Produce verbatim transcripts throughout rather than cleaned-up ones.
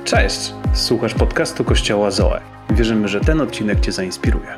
Cześć! Słuchasz podcastu Kościoła Zoe. Wierzymy, że ten odcinek Cię zainspiruje.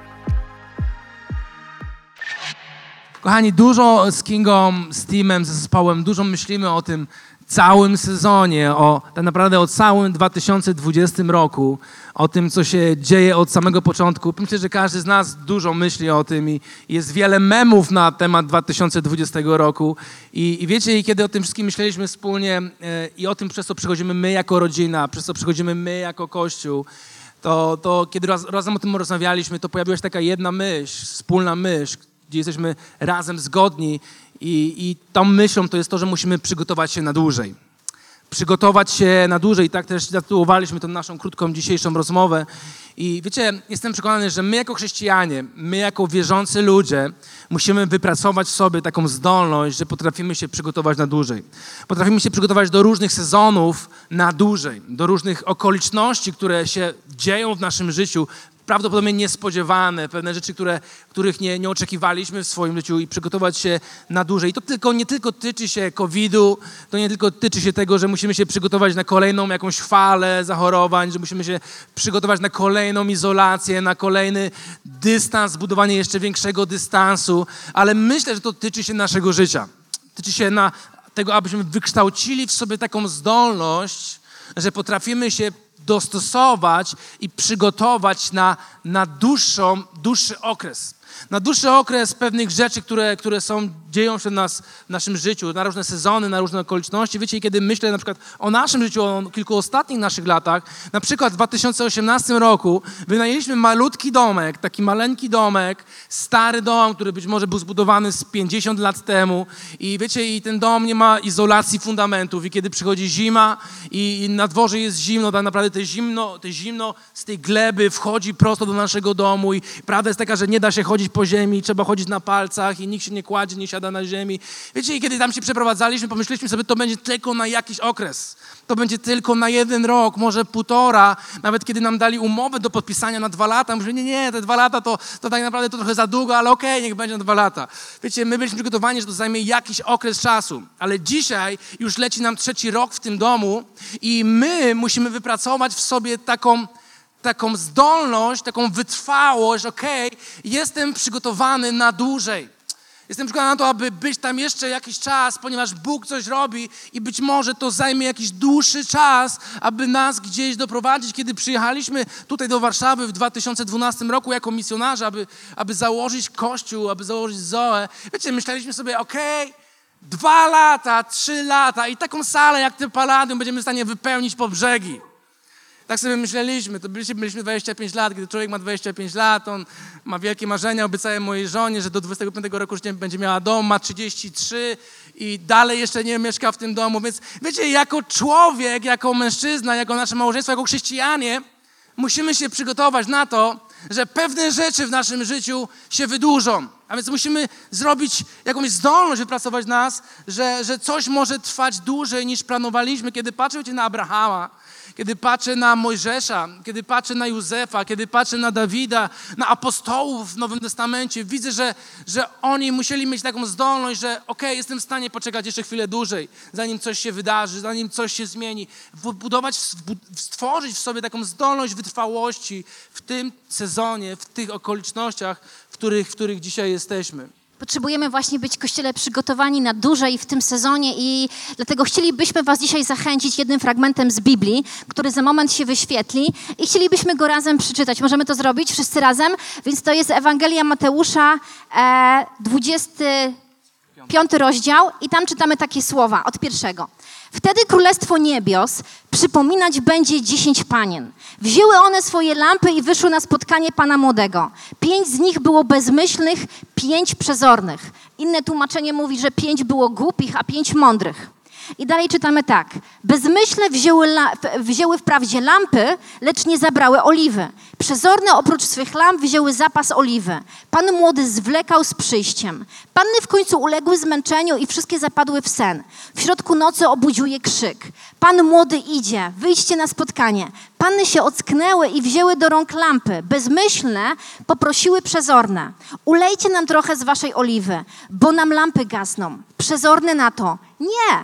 Kochani, dużo z Kingą, z teamem, z zespołem, dużo myślimy o tym całym sezonie, o tak naprawdę o całym dwa tysiące dwudziestym roku, o tym, co się dzieje od samego początku. Myślę, że każdy z nas dużo myśli o tym i jest wiele memów na temat dwa tysiące dwudziestego roku. I, i wiecie, i kiedy o tym wszystkim myśleliśmy wspólnie e, i o tym, przez co przechodzimy my jako rodzina, przez co przechodzimy my jako Kościół, to, to kiedy raz, razem o tym rozmawialiśmy, to pojawiła się taka jedna myśl, wspólna myśl, gdzie jesteśmy razem zgodni i, i tą myślą to jest to, że musimy przygotować się na dłużej. Przygotować się na dłużej. I tak też zatytułowaliśmy tę naszą krótką dzisiejszą rozmowę. I wiecie, jestem przekonany, że my jako chrześcijanie, my jako wierzący ludzie musimy wypracować w sobie taką zdolność, że potrafimy się przygotować na dłużej. Potrafimy się przygotować do różnych sezonów na dłużej, do różnych okoliczności, które się dzieją w naszym życiu, prawdopodobnie niespodziewane, pewne rzeczy, które, których nie, nie oczekiwaliśmy w swoim życiu i przygotować się na dłużej. I to tylko, nie tylko tyczy się kowida, to nie tylko tyczy się tego, że musimy się przygotować na kolejną jakąś falę zachorowań, że musimy się przygotować na kolejną izolację, na kolejny dystans, budowanie jeszcze większego dystansu, ale myślę, że to tyczy się naszego życia. Tyczy się na tego, abyśmy wykształcili w sobie taką zdolność, że potrafimy się dostosować i przygotować na, na dłuższą, dłuższy okres. Na dłuższy okres pewnych rzeczy, które, które są, dzieją się w, nas, w naszym życiu, na różne sezony, na różne okoliczności. Wiecie, kiedy myślę na przykład o naszym życiu, o kilku ostatnich naszych latach, na przykład w dwa tysiące osiemnastym roku wynajęliśmy malutki domek, taki maleńki domek, stary dom, który być może był zbudowany z pięćdziesiąt lat temu i wiecie, i ten dom nie ma izolacji fundamentów i kiedy przychodzi zima i, i na dworze jest zimno, tak naprawdę te zimno, te zimno z tej gleby wchodzi prosto do naszego domu i prawda jest taka, że nie da się chodzić po ziemi, trzeba chodzić na palcach i nikt się nie kładzie, nie siada na ziemi. Wiecie, i kiedy tam się przeprowadzaliśmy, pomyśleliśmy sobie, to będzie tylko na jakiś okres. To będzie tylko na jeden rok, może półtora. Nawet kiedy nam dali umowę do podpisania na dwa lata, mówię, nie, nie, te dwa lata to, to tak naprawdę to trochę za długo, ale okej, okay, niech będzie na dwa lata. Wiecie, my byliśmy przygotowani, że to zajmie jakiś okres czasu, ale dzisiaj już leci nam trzeci rok w tym domu i my musimy wypracować w sobie taką taką zdolność, taką wytrwałość, okej, okay, jestem przygotowany na dłużej. Jestem przygotowany na to, aby być tam jeszcze jakiś czas, ponieważ Bóg coś robi i być może to zajmie jakiś dłuższy czas, aby nas gdzieś doprowadzić. Kiedy przyjechaliśmy tutaj do Warszawy w dwa tysiące dwunastym roku jako misjonarze, aby, aby założyć Kościół, aby założyć Zoe, wiecie, myśleliśmy sobie, okej, okay, dwa lata, trzy lata i taką salę jak te Palladium będziemy w stanie wypełnić po brzegi. Tak sobie myśleliśmy, to byliśmy, byliśmy dwadzieścia pięć lat, kiedy człowiek ma dwadzieścia pięć lat, on ma wielkie marzenia, obiecałem mojej żonie, że do dwudziestego piątego roku życia będzie miała dom, ma trzydzieści trzy i dalej jeszcze nie mieszka w tym domu, więc wiecie, jako człowiek, jako mężczyzna, jako nasze małżeństwo, jako chrześcijanie, musimy się przygotować na to, że pewne rzeczy w naszym życiu się wydłużą. A więc musimy zrobić jakąś zdolność, wypracować nas, że, że coś może trwać dłużej niż planowaliśmy. Kiedy patrzę na Abrahama, kiedy patrzę na Mojżesza, kiedy patrzę na Józefa, kiedy patrzę na Dawida, na apostołów w Nowym Testamencie, widzę, że, że oni musieli mieć taką zdolność, że okej, okay, jestem w stanie poczekać jeszcze chwilę dłużej, zanim coś się wydarzy, zanim coś się zmieni. Budować, stworzyć w sobie taką zdolność wytrwałości w tym sezonie, w tych okolicznościach, w których, w których dzisiaj jesteśmy. Potrzebujemy właśnie być, Kościele, przygotowani na dłużej w tym sezonie i dlatego chcielibyśmy was dzisiaj zachęcić jednym fragmentem z Biblii, który za moment się wyświetli i chcielibyśmy go razem przeczytać. Możemy to zrobić wszyscy razem? Więc to jest Ewangelia Mateusza, e, dwudziesty piąty rozdział i tam czytamy takie słowa od pierwszego. Wtedy Królestwo Niebios przypominać będzie dziesięć panien. Wzięły one swoje lampy i wyszły na spotkanie Pana Młodego. Pięć z nich było bezmyślnych, pięć przezornych. Inne tłumaczenie mówi, że pięć było głupich, a pięć mądrych. I dalej czytamy tak. Bezmyślne wzięły, la, wzięły wprawdzie lampy, lecz nie zabrały oliwy. Przezorne oprócz swych lamp wzięły zapas oliwy. Pan młody zwlekał z przyjściem. Panny w końcu uległy zmęczeniu i wszystkie zapadły w sen. W środku nocy obudził je krzyk. Pan młody idzie, wyjdźcie na spotkanie. Panny się ocknęły i wzięły do rąk lampy. Bezmyślne poprosiły przezorne. Ulejcie nam trochę z waszej oliwy, bo nam lampy gasną. Przezorne na to. Nie.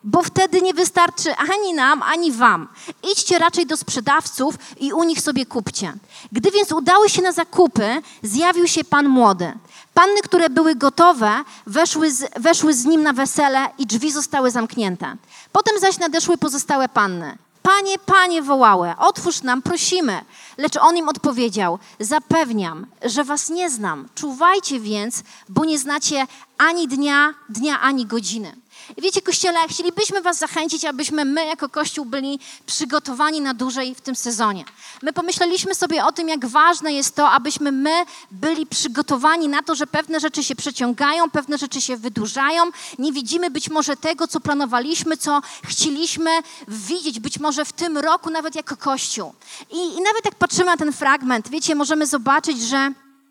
bo wtedy nie wystarczy ani nam, ani wam. Idźcie raczej do sprzedawców i u nich sobie kupcie. Gdy więc udały się na zakupy, zjawił się pan młody. Panny, które były gotowe, weszły z, weszły z nim na wesele i drzwi zostały zamknięte. Potem zaś nadeszły pozostałe panny. Panie, panie, wołały, otwórz nam, prosimy. Lecz on im odpowiedział, zapewniam, że was nie znam. Czuwajcie więc, bo nie znacie ani dnia, dnia, ani godziny. I wiecie, Kościele, chcielibyśmy was zachęcić, abyśmy my jako Kościół byli przygotowani na dłużej w tym sezonie. My pomyśleliśmy sobie o tym, jak ważne jest to, abyśmy my byli przygotowani na to, że pewne rzeczy się przeciągają, pewne rzeczy się wydłużają. Nie widzimy być może tego, co planowaliśmy, co chcieliśmy widzieć, być może w tym roku nawet jako Kościół. I, i nawet jak patrzymy na ten fragment, wiecie, możemy zobaczyć, że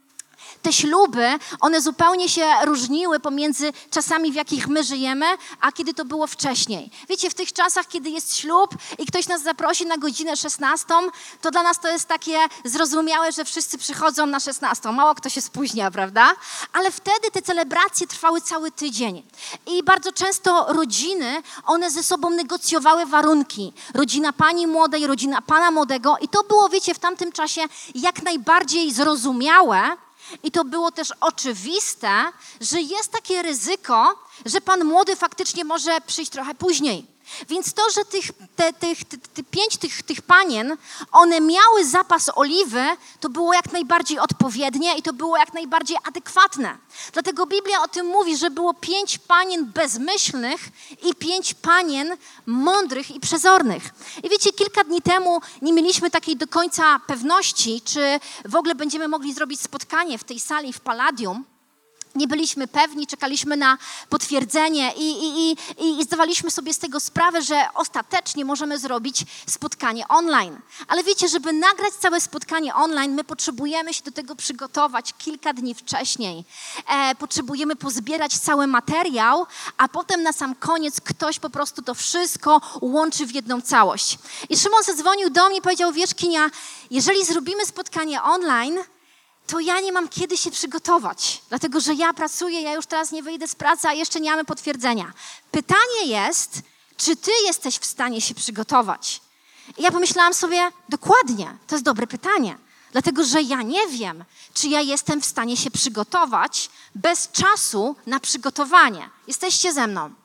te śluby, one zupełnie się różniły pomiędzy czasami, w jakich my żyjemy, a kiedy to było wcześniej. Wiecie, w tych czasach, kiedy jest ślub i ktoś nas zaprosi na godzinę szesnastą, to dla nas to jest takie zrozumiałe, że wszyscy przychodzą na szesnastą. Mało kto się spóźnia, prawda? Ale wtedy te celebracje trwały cały tydzień. I bardzo często rodziny, one ze sobą negocjowały warunki. Rodzina pani młodej, rodzina pana młodego. I to było, wiecie, w tamtym czasie jak najbardziej zrozumiałe, i to było też oczywiste, że jest takie ryzyko, że pan młody faktycznie może przyjść trochę później. Więc to, że tych, te, tych, te, te pięć tych, tych panien, one miały zapas oliwy, to było jak najbardziej odpowiednie i to było jak najbardziej adekwatne. Dlatego Biblia o tym mówi, że było pięć panien bezmyślnych i pięć panien mądrych i przezornych. I wiecie, kilka dni temu nie mieliśmy takiej do końca pewności, czy w ogóle będziemy mogli zrobić spotkanie w tej sali w Palladium. Nie byliśmy pewni, czekaliśmy na potwierdzenie i, i, i, i zdawaliśmy sobie z tego sprawę, że ostatecznie możemy zrobić spotkanie online. Ale wiecie, żeby nagrać całe spotkanie online, my potrzebujemy się do tego przygotować kilka dni wcześniej. E, potrzebujemy pozbierać cały materiał, a potem na sam koniec ktoś po prostu to wszystko łączy w jedną całość. I Szymon zadzwonił do mnie i powiedział, wiesz, Kinia, jeżeli zrobimy spotkanie online, to ja nie mam kiedy się przygotować, dlatego że ja pracuję, ja już teraz nie wyjdę z pracy, a jeszcze nie mamy potwierdzenia. Pytanie jest, czy ty jesteś w stanie się przygotować? I ja pomyślałam sobie, dokładnie, to jest dobre pytanie, dlatego że ja nie wiem, czy ja jestem w stanie się przygotować bez czasu na przygotowanie. Jesteście ze mną?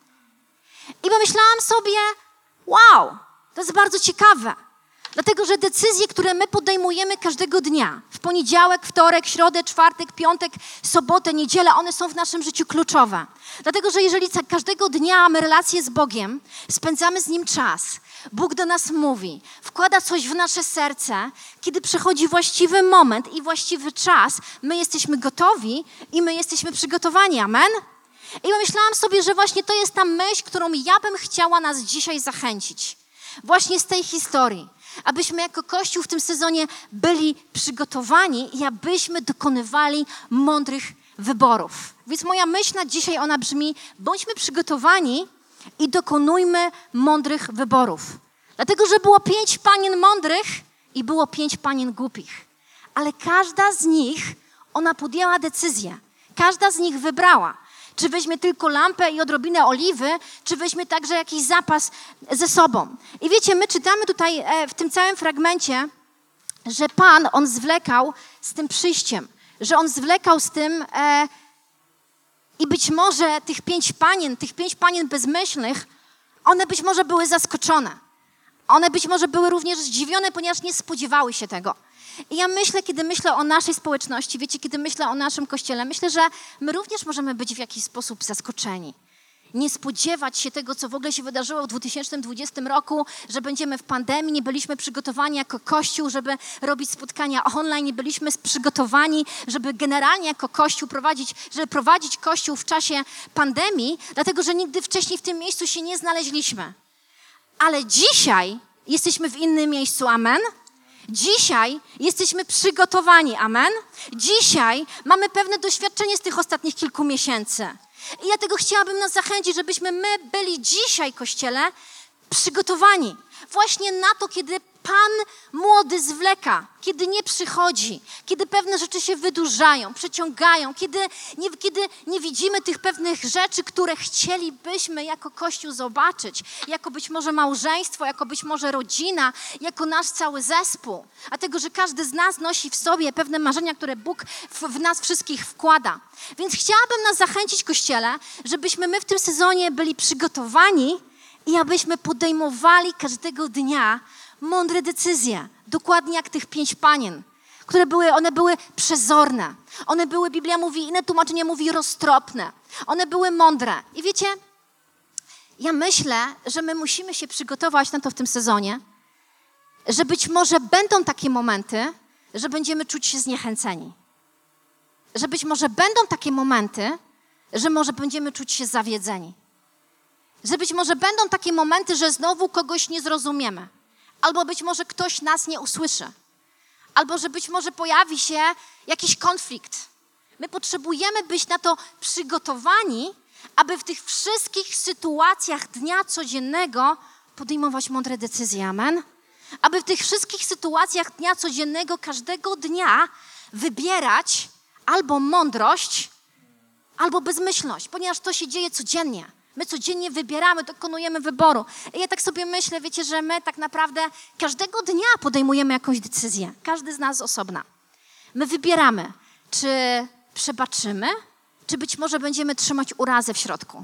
I pomyślałam sobie, wow, to jest bardzo ciekawe. Dlatego, że decyzje, które my podejmujemy każdego dnia, w poniedziałek, wtorek, środę, czwartek, piątek, sobotę, niedzielę, one są w naszym życiu kluczowe. Dlatego, że jeżeli każdego dnia mamy relację z Bogiem, spędzamy z Nim czas, Bóg do nas mówi, wkłada coś w nasze serce, kiedy przychodzi właściwy moment i właściwy czas, my jesteśmy gotowi i my jesteśmy przygotowani. Amen? I pomyślałam sobie, że właśnie to jest ta myśl, którą ja bym chciała nas dzisiaj zachęcić. Właśnie z tej historii. Abyśmy jako Kościół w tym sezonie byli przygotowani i abyśmy dokonywali mądrych wyborów. Więc moja myśl na dzisiaj, ona brzmi, bądźmy przygotowani i dokonujmy mądrych wyborów. Dlatego, że było pięć panien mądrych i było pięć panien głupich. Ale każda z nich, ona podjęła decyzję. Każda z nich wybrała. Czy weźmie tylko lampę i odrobinę oliwy, czy weźmie także jakiś zapas ze sobą. I wiecie, my czytamy tutaj w tym całym fragmencie, że Pan, On zwlekał z tym przyjściem, że On zwlekał z tym e, i być może tych pięć panien, tych pięć panien bezmyślnych, one być może były zaskoczone. One być może były również zdziwione, ponieważ nie spodziewały się tego. I ja myślę, kiedy myślę o naszej społeczności, wiecie, kiedy myślę o naszym Kościele, myślę, że my również możemy być w jakiś sposób zaskoczeni. Nie spodziewać się tego, co w ogóle się wydarzyło w dwa tysiące dwudziestym roku, że będziemy w pandemii, nie byliśmy przygotowani jako Kościół, żeby robić spotkania online, nie byliśmy przygotowani, żeby generalnie jako Kościół prowadzić, żeby prowadzić Kościół w czasie pandemii, dlatego że nigdy wcześniej w tym miejscu się nie znaleźliśmy. Ale dzisiaj jesteśmy w innym miejscu, amen? Dzisiaj jesteśmy przygotowani, amen? Dzisiaj mamy pewne doświadczenie z tych ostatnich kilku miesięcy. I ja tego chciałabym nas zachęcić, żebyśmy my byli dzisiaj, Kościele, przygotowani. Właśnie na to, kiedy Pan młody zwleka, kiedy nie przychodzi, kiedy pewne rzeczy się wydłużają, przeciągają, kiedy nie, kiedy nie widzimy tych pewnych rzeczy, które chcielibyśmy jako Kościół zobaczyć, jako być może małżeństwo, jako być może rodzina, jako nasz cały zespół. Dlatego, że każdy z nas nosi w sobie pewne marzenia, które Bóg w, w nas wszystkich wkłada. Więc chciałabym nas zachęcić, Kościele, żebyśmy my w tym sezonie byli przygotowani i abyśmy podejmowali każdego dnia mądre decyzje, dokładnie jak tych pięć panien, które były, one były przezorne. One były, Biblia mówi, inne tłumaczenie mówi roztropne. One były mądre. I wiecie, ja myślę, że my musimy się przygotować na to w tym sezonie, że być może będą takie momenty, że będziemy czuć się zniechęceni. Że być może będą takie momenty, że może będziemy czuć się zawiedzeni. Że być może będą takie momenty, że znowu kogoś nie zrozumiemy. Albo być może ktoś nas nie usłyszy. Albo że być może pojawi się jakiś konflikt. My potrzebujemy być na to przygotowani, aby w tych wszystkich sytuacjach dnia codziennego podejmować mądre decyzje. Amen? Aby w tych wszystkich sytuacjach dnia codziennego, każdego dnia wybierać albo mądrość, albo bezmyślność, ponieważ to się dzieje codziennie. My codziennie wybieramy, dokonujemy wyboru. I ja tak sobie myślę, wiecie, że my tak naprawdę każdego dnia podejmujemy jakąś decyzję. Każdy z nas z osobna. My wybieramy, czy przebaczymy, czy być może będziemy trzymać urazę w środku.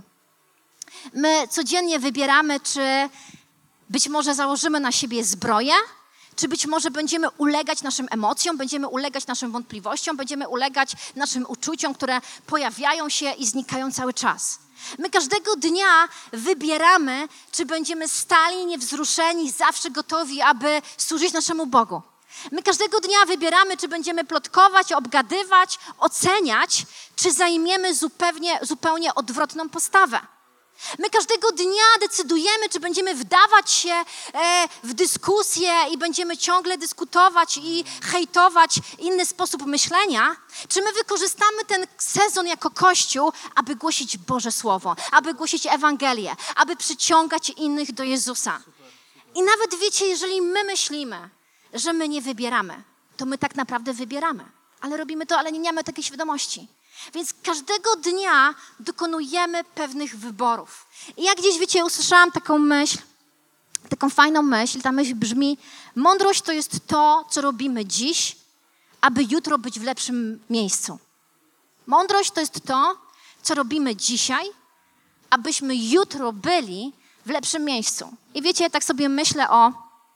My codziennie wybieramy, czy być może założymy na siebie zbroję, czy być może będziemy ulegać naszym emocjom, będziemy ulegać naszym wątpliwościom, będziemy ulegać naszym uczuciom, które pojawiają się i znikają cały czas. My każdego dnia wybieramy, czy będziemy stali, niewzruszeni, zawsze gotowi, aby służyć naszemu Bogu. My każdego dnia wybieramy, czy będziemy plotkować, obgadywać, oceniać, czy zajmiemy zupełnie, zupełnie odwrotną postawę. My każdego dnia decydujemy, czy będziemy wdawać się e, w dyskusję i będziemy ciągle dyskutować i hejtować inny sposób myślenia, czy my wykorzystamy ten sezon jako Kościół, aby głosić Boże Słowo, aby głosić Ewangelię, aby przyciągać innych do Jezusa. I nawet wiecie, jeżeli my myślimy, że my nie wybieramy, to my tak naprawdę wybieramy. Ale robimy to, ale nie mamy takiej świadomości. Więc każdego dnia dokonujemy pewnych wyborów. I ja gdzieś, wiecie, usłyszałam taką myśl, taką fajną myśl, ta myśl brzmi: mądrość to jest to, co robimy dziś, aby jutro być w lepszym miejscu. Mądrość to jest to, co robimy dzisiaj, abyśmy jutro byli w lepszym miejscu. I wiecie, ja tak sobie myślę o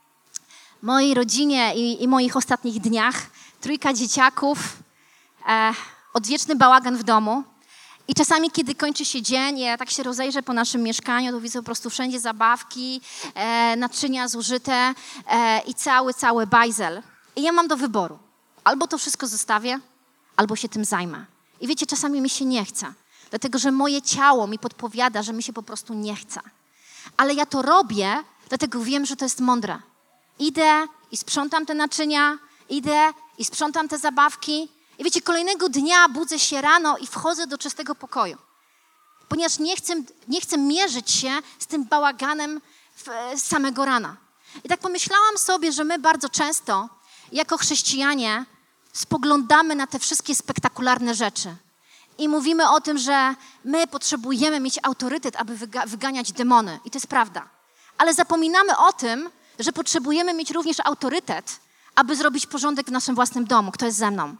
mojej rodzinie i, i moich ostatnich dniach. Trójka dzieciaków, e, odwieczny bałagan w domu. I czasami, kiedy kończy się dzień, ja tak się rozejrzę po naszym mieszkaniu, to widzę po prostu wszędzie zabawki, e, naczynia zużyte e, i cały, cały bajzel. I ja mam do wyboru. Albo to wszystko zostawię, albo się tym zajmę. I wiecie, czasami mi się nie chce, dlatego że moje ciało mi podpowiada, że mi się po prostu nie chce. Ale ja to robię, dlatego wiem, że to jest mądre. Idę i sprzątam te naczynia, idę i sprzątam te zabawki. I wiecie, kolejnego dnia budzę się rano i wchodzę do czystego pokoju. Ponieważ nie chcę, nie chcę mierzyć się z tym bałaganem w, z samego rana. I tak pomyślałam sobie, że my bardzo często jako chrześcijanie spoglądamy na te wszystkie spektakularne rzeczy. I mówimy o tym, że my potrzebujemy mieć autorytet, aby wyga- wyganiać demony. I to jest prawda. Ale zapominamy o tym, że potrzebujemy mieć również autorytet, aby zrobić porządek w naszym własnym domu. Kto jest ze mną?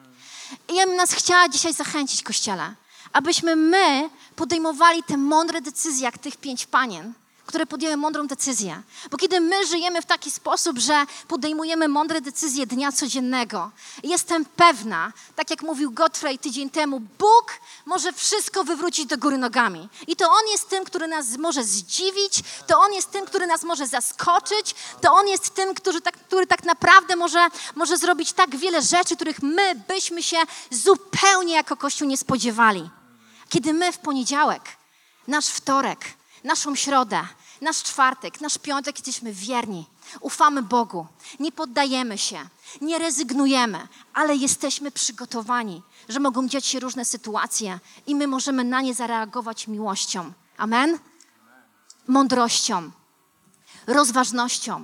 I ja bym nas chciała dzisiaj zachęcić, Kościele, abyśmy my podejmowali te mądre decyzje, jak tych pięć panien, które podjęły mądrą decyzję. Bo kiedy my żyjemy w taki sposób, że podejmujemy mądre decyzje dnia codziennego, jestem pewna, tak jak mówił Godfrey tydzień temu, Bóg może wszystko wywrócić do góry nogami. I to On jest tym, który nas może zdziwić, to On jest tym, który nas może zaskoczyć, to On jest tym, który tak, który tak naprawdę może, może zrobić tak wiele rzeczy, których my byśmy się zupełnie jako Kościół nie spodziewali. Kiedy my w poniedziałek, nasz wtorek, naszą środę, nasz czwartek, nasz piątek jesteśmy wierni, ufamy Bogu, nie poddajemy się, nie rezygnujemy, ale jesteśmy przygotowani, że mogą dziać się różne sytuacje i my możemy na nie zareagować miłością. Amen? Mądrością, rozważnością,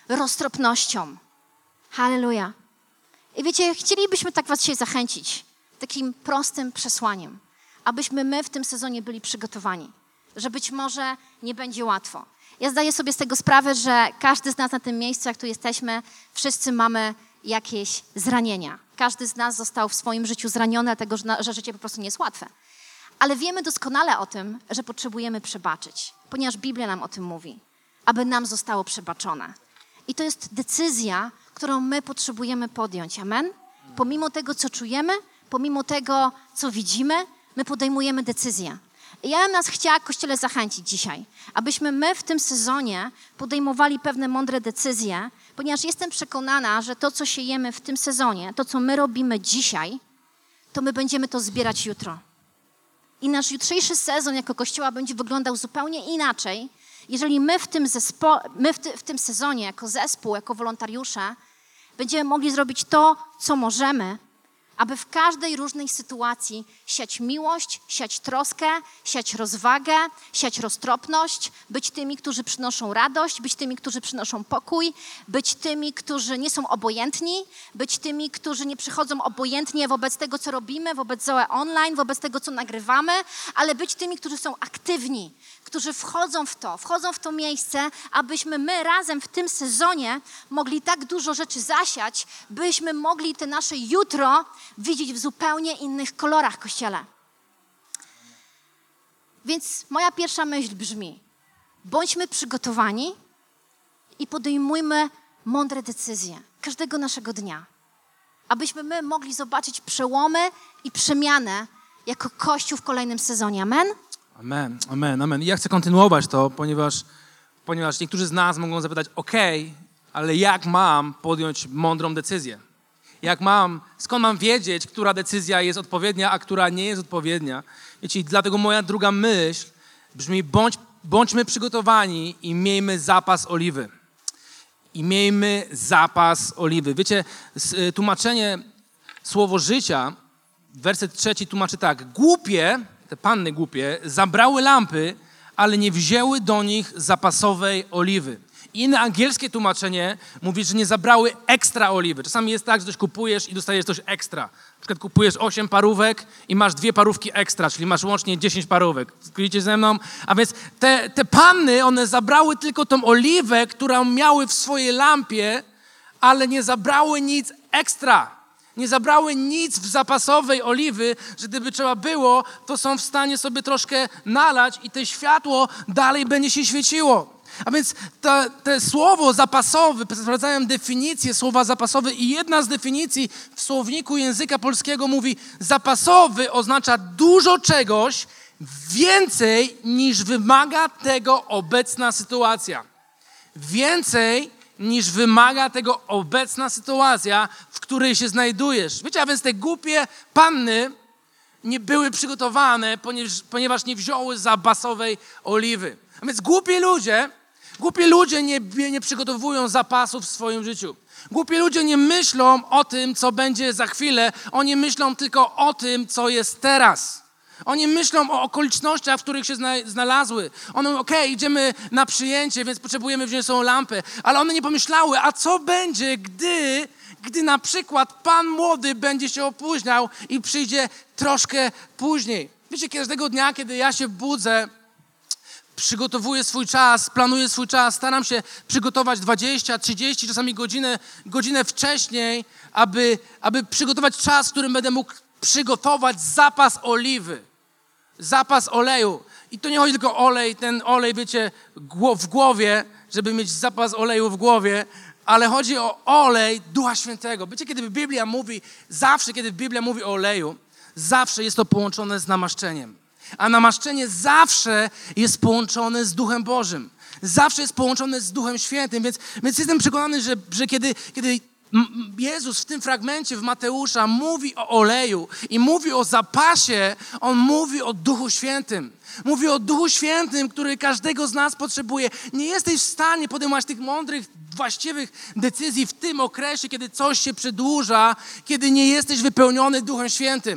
roztropnością. Halleluja. I wiecie, chcielibyśmy tak was dzisiaj zachęcić takim prostym przesłaniem, abyśmy my w tym sezonie byli przygotowani, że być może nie będzie łatwo. Ja zdaję sobie z tego sprawę, że każdy z nas na tym miejscu, jak tu jesteśmy, wszyscy mamy jakieś zranienia. Każdy z nas został w swoim życiu zraniony, dlatego że życie po prostu nie jest łatwe. Ale wiemy doskonale o tym, że potrzebujemy przebaczyć, ponieważ Biblia nam o tym mówi, aby nam zostało przebaczone. I to jest decyzja, którą my potrzebujemy podjąć. Amen? Pomimo tego, co czujemy, pomimo tego, co widzimy, my podejmujemy decyzję. I ja bym nas chciała, Kościele, zachęcić dzisiaj, abyśmy my w tym sezonie podejmowali pewne mądre decyzje, ponieważ jestem przekonana, że to, co siejemy w tym sezonie, to, co my robimy dzisiaj, to my będziemy to zbierać jutro. I nasz jutrzejszy sezon jako Kościoła będzie wyglądał zupełnie inaczej, jeżeli my w tym, zespo- my w, ty- w tym sezonie jako zespół, jako wolontariusze będziemy mogli zrobić to, co możemy, aby w każdej różnej sytuacji siać miłość, siać troskę, siać rozwagę, siać roztropność, być tymi, którzy przynoszą radość, być tymi, którzy przynoszą pokój, być tymi, którzy nie są obojętni, być tymi, którzy nie przychodzą obojętnie wobec tego, co robimy, wobec Zoe online, wobec tego, co nagrywamy, ale być tymi, którzy są aktywni, którzy wchodzą w to, wchodzą w to miejsce, abyśmy my razem w tym sezonie mogli tak dużo rzeczy zasiać, byśmy mogli te nasze jutro widzieć w zupełnie innych kolorach, Kościele. Więc moja pierwsza myśl brzmi: bądźmy przygotowani i podejmujmy mądre decyzje każdego naszego dnia, abyśmy my mogli zobaczyć przełomy i przemianę jako Kościół w kolejnym sezonie. Amen? Amen, amen, amen. I ja chcę kontynuować to, ponieważ, ponieważ niektórzy z nas mogą zapytać, okej, ale jak mam podjąć mądrą decyzję? Jak mam, skąd mam wiedzieć, która decyzja jest odpowiednia, a która nie jest odpowiednia? Wiecie, dlatego moja druga myśl brzmi: bądź, bądźmy przygotowani i miejmy zapas oliwy. I miejmy zapas oliwy. Wiecie, tłumaczenie Słowo Życia, werset trzeci tłumaczy tak: głupie, te panny głupie, zabrały lampy, ale nie wzięły do nich zapasowej oliwy. Inne angielskie tłumaczenie mówi, że nie zabrały ekstra oliwy. Czasami jest tak, że coś kupujesz i dostajesz coś ekstra. Na przykład kupujesz osiem parówek i masz dwie parówki ekstra, czyli masz łącznie dziesięć parówek. Zgodzicie ze mną? A więc te, te panny, one zabrały tylko tą oliwę, którą miały w swojej lampie, ale nie zabrały nic ekstra. Nie zabrały nic w zapasowej oliwy, że gdyby trzeba było, to są w stanie sobie troszkę nalać i to światło dalej będzie się świeciło. A więc to, to słowo zapasowe, sprawdzałem definicję słowa zapasowy i jedna z definicji w słowniku języka polskiego mówi: zapasowy oznacza dużo czegoś, więcej niż wymaga tego obecna sytuacja. Więcej niż wymaga tego obecna sytuacja, w której się znajdujesz. Wiecie, a więc te głupie panny nie były przygotowane, ponieważ, ponieważ nie wzięły zapasowej oliwy. A więc głupi ludzie, głupi ludzie nie, nie przygotowują zapasów w swoim życiu. Głupi ludzie nie myślą o tym, co będzie za chwilę. Oni myślą tylko o tym, co jest teraz. Oni myślą o okolicznościach, w których się znalazły. One mówią: okej, okay, idziemy na przyjęcie, więc potrzebujemy wziąć sobie lampę. Ale one nie pomyślały, a co będzie, gdy, gdy na przykład pan młody będzie się opóźniał i przyjdzie troszkę później. Wiecie, każdego dnia, kiedy ja się budzę, przygotowuję swój czas, planuję swój czas, staram się przygotować dwadzieścia, trzydzieści, czasami godzinę, godzinę wcześniej, aby, aby przygotować czas, w którym będę mógł przygotować zapas oliwy, zapas oleju. I to nie chodzi tylko o olej, ten olej, wiecie, w głowie, żeby mieć zapas oleju w głowie, ale chodzi o olej Ducha Świętego. Wiecie, kiedy Biblia mówi, zawsze kiedy Biblia mówi o oleju, zawsze jest to połączone z namaszczeniem. A namaszczenie zawsze jest połączone z Duchem Bożym. Zawsze jest połączone z Duchem Świętym. Więc, więc jestem przekonany, że, że kiedy, kiedy Jezus w tym fragmencie w Mateusza mówi o oleju i mówi o zapasie, On mówi o Duchu Świętym. Mówi o Duchu Świętym, który każdego z nas potrzebuje. Nie jesteś w stanie podejmować tych mądrych, właściwych decyzji w tym okresie, kiedy coś się przedłuża, kiedy nie jesteś wypełniony Duchem Świętym.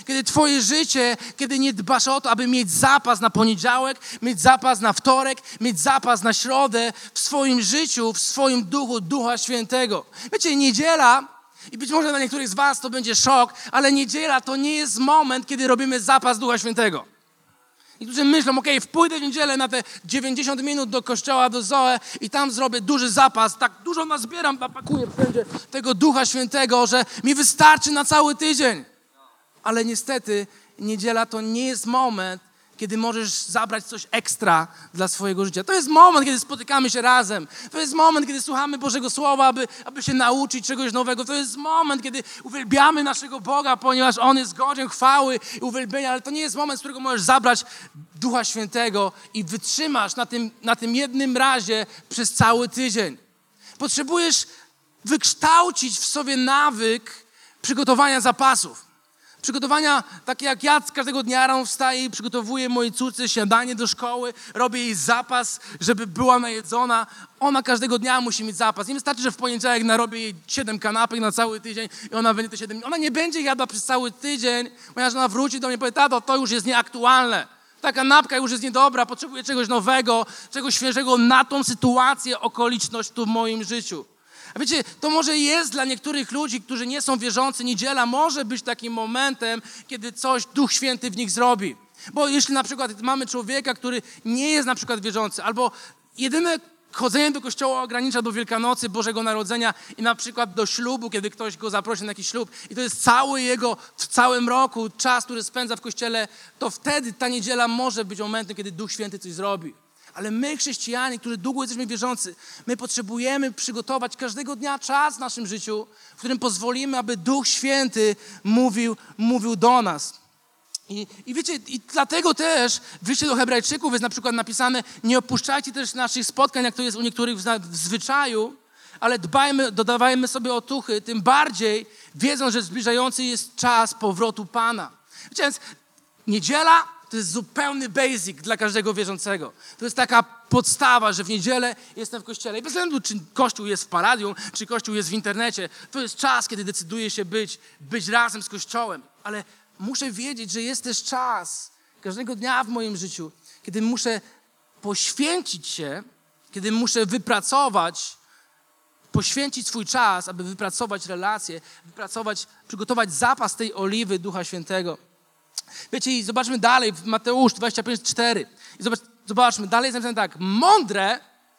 Kiedy twoje życie, kiedy nie dbasz o to, aby mieć zapas na poniedziałek, mieć zapas na wtorek, mieć zapas na środę w swoim życiu, w swoim duchu, Ducha Świętego. Wiecie, niedziela, i być może dla niektórych z was to będzie szok, ale niedziela to nie jest moment, kiedy robimy zapas Ducha Świętego. Niektórzy myślą, okej, okay, wpójdę w niedzielę na te dziewięćdziesiąt minut do kościoła, do Zoe i tam zrobię duży zapas. Tak dużo nazbieram, napakuję wszędzie tego Ducha Świętego, że mi wystarczy na cały tydzień. Ale niestety niedziela to nie jest moment, kiedy możesz zabrać coś ekstra dla swojego życia. To jest moment, kiedy spotykamy się razem. To jest moment, kiedy słuchamy Bożego Słowa, aby, aby się nauczyć czegoś nowego. To jest moment, kiedy uwielbiamy naszego Boga, ponieważ On jest godzien chwały i uwielbienia, ale to nie jest moment, z którego możesz zabrać Ducha Świętego i wytrzymasz na tym, na tym jednym razie przez cały tydzień. Potrzebujesz wykształcić w sobie nawyk przygotowania zapasów. Przygotowania, takie jak ja każdego dnia rano wstaję i przygotowuję mojej córce śniadanie do szkoły, robię jej zapas, żeby była najedzona. Ona każdego dnia musi mieć zapas. Nie wystarczy, że w poniedziałek narobię jej siedem kanapek na cały tydzień i ona będzie te siedem. Ona nie będzie jadła przez cały tydzień, ponieważ ona wróci do mnie i powie, tato, to już jest nieaktualne. Ta kanapka już jest niedobra, potrzebuję czegoś nowego, czegoś świeżego na tą sytuację, okoliczność tu w moim życiu. A wiecie, to może jest dla niektórych ludzi, którzy nie są wierzący, niedziela może być takim momentem, kiedy coś Duch Święty w nich zrobi. Bo jeśli na przykład mamy człowieka, który nie jest na przykład wierzący, albo jedyne chodzenie do kościoła ogranicza do Wielkanocy, Bożego Narodzenia i na przykład do ślubu, kiedy ktoś go zaprosi na jakiś ślub i to jest cały jego, w całym roku czas, który spędza w kościele, to wtedy ta niedziela może być momentem, kiedy Duch Święty coś zrobi. Ale my, chrześcijanie, którzy długo jesteśmy wierzący, my potrzebujemy przygotować każdego dnia czas w naszym życiu, w którym pozwolimy, aby Duch Święty mówił, mówił do nas. I, I wiecie, i dlatego też w liście do Hebrajczyków jest na przykład napisane, nie opuszczajcie też naszych spotkań, jak to jest u niektórych w, w zwyczaju, ale dbajmy, dodawajmy sobie otuchy, tym bardziej wiedząc, że zbliżający jest czas powrotu Pana. Wiecie, więc niedziela to jest zupełny basic dla każdego wierzącego. To jest taka podstawa, że w niedzielę jestem w kościele. I bez względu, czy kościół jest w paradium, czy kościół jest w internecie, to jest czas, kiedy decyduję się być, być razem z kościołem. Ale muszę wiedzieć, że jest też czas każdego dnia w moim życiu, kiedy muszę poświęcić się, kiedy muszę wypracować, poświęcić swój czas, aby wypracować relacje, wypracować, przygotować zapas tej oliwy Ducha Świętego. Wiecie, i zobaczmy dalej w Mateusz dwadzieścia pięć, cztery. I zobacz, zobaczmy, dalej jest napisane tak. Mądre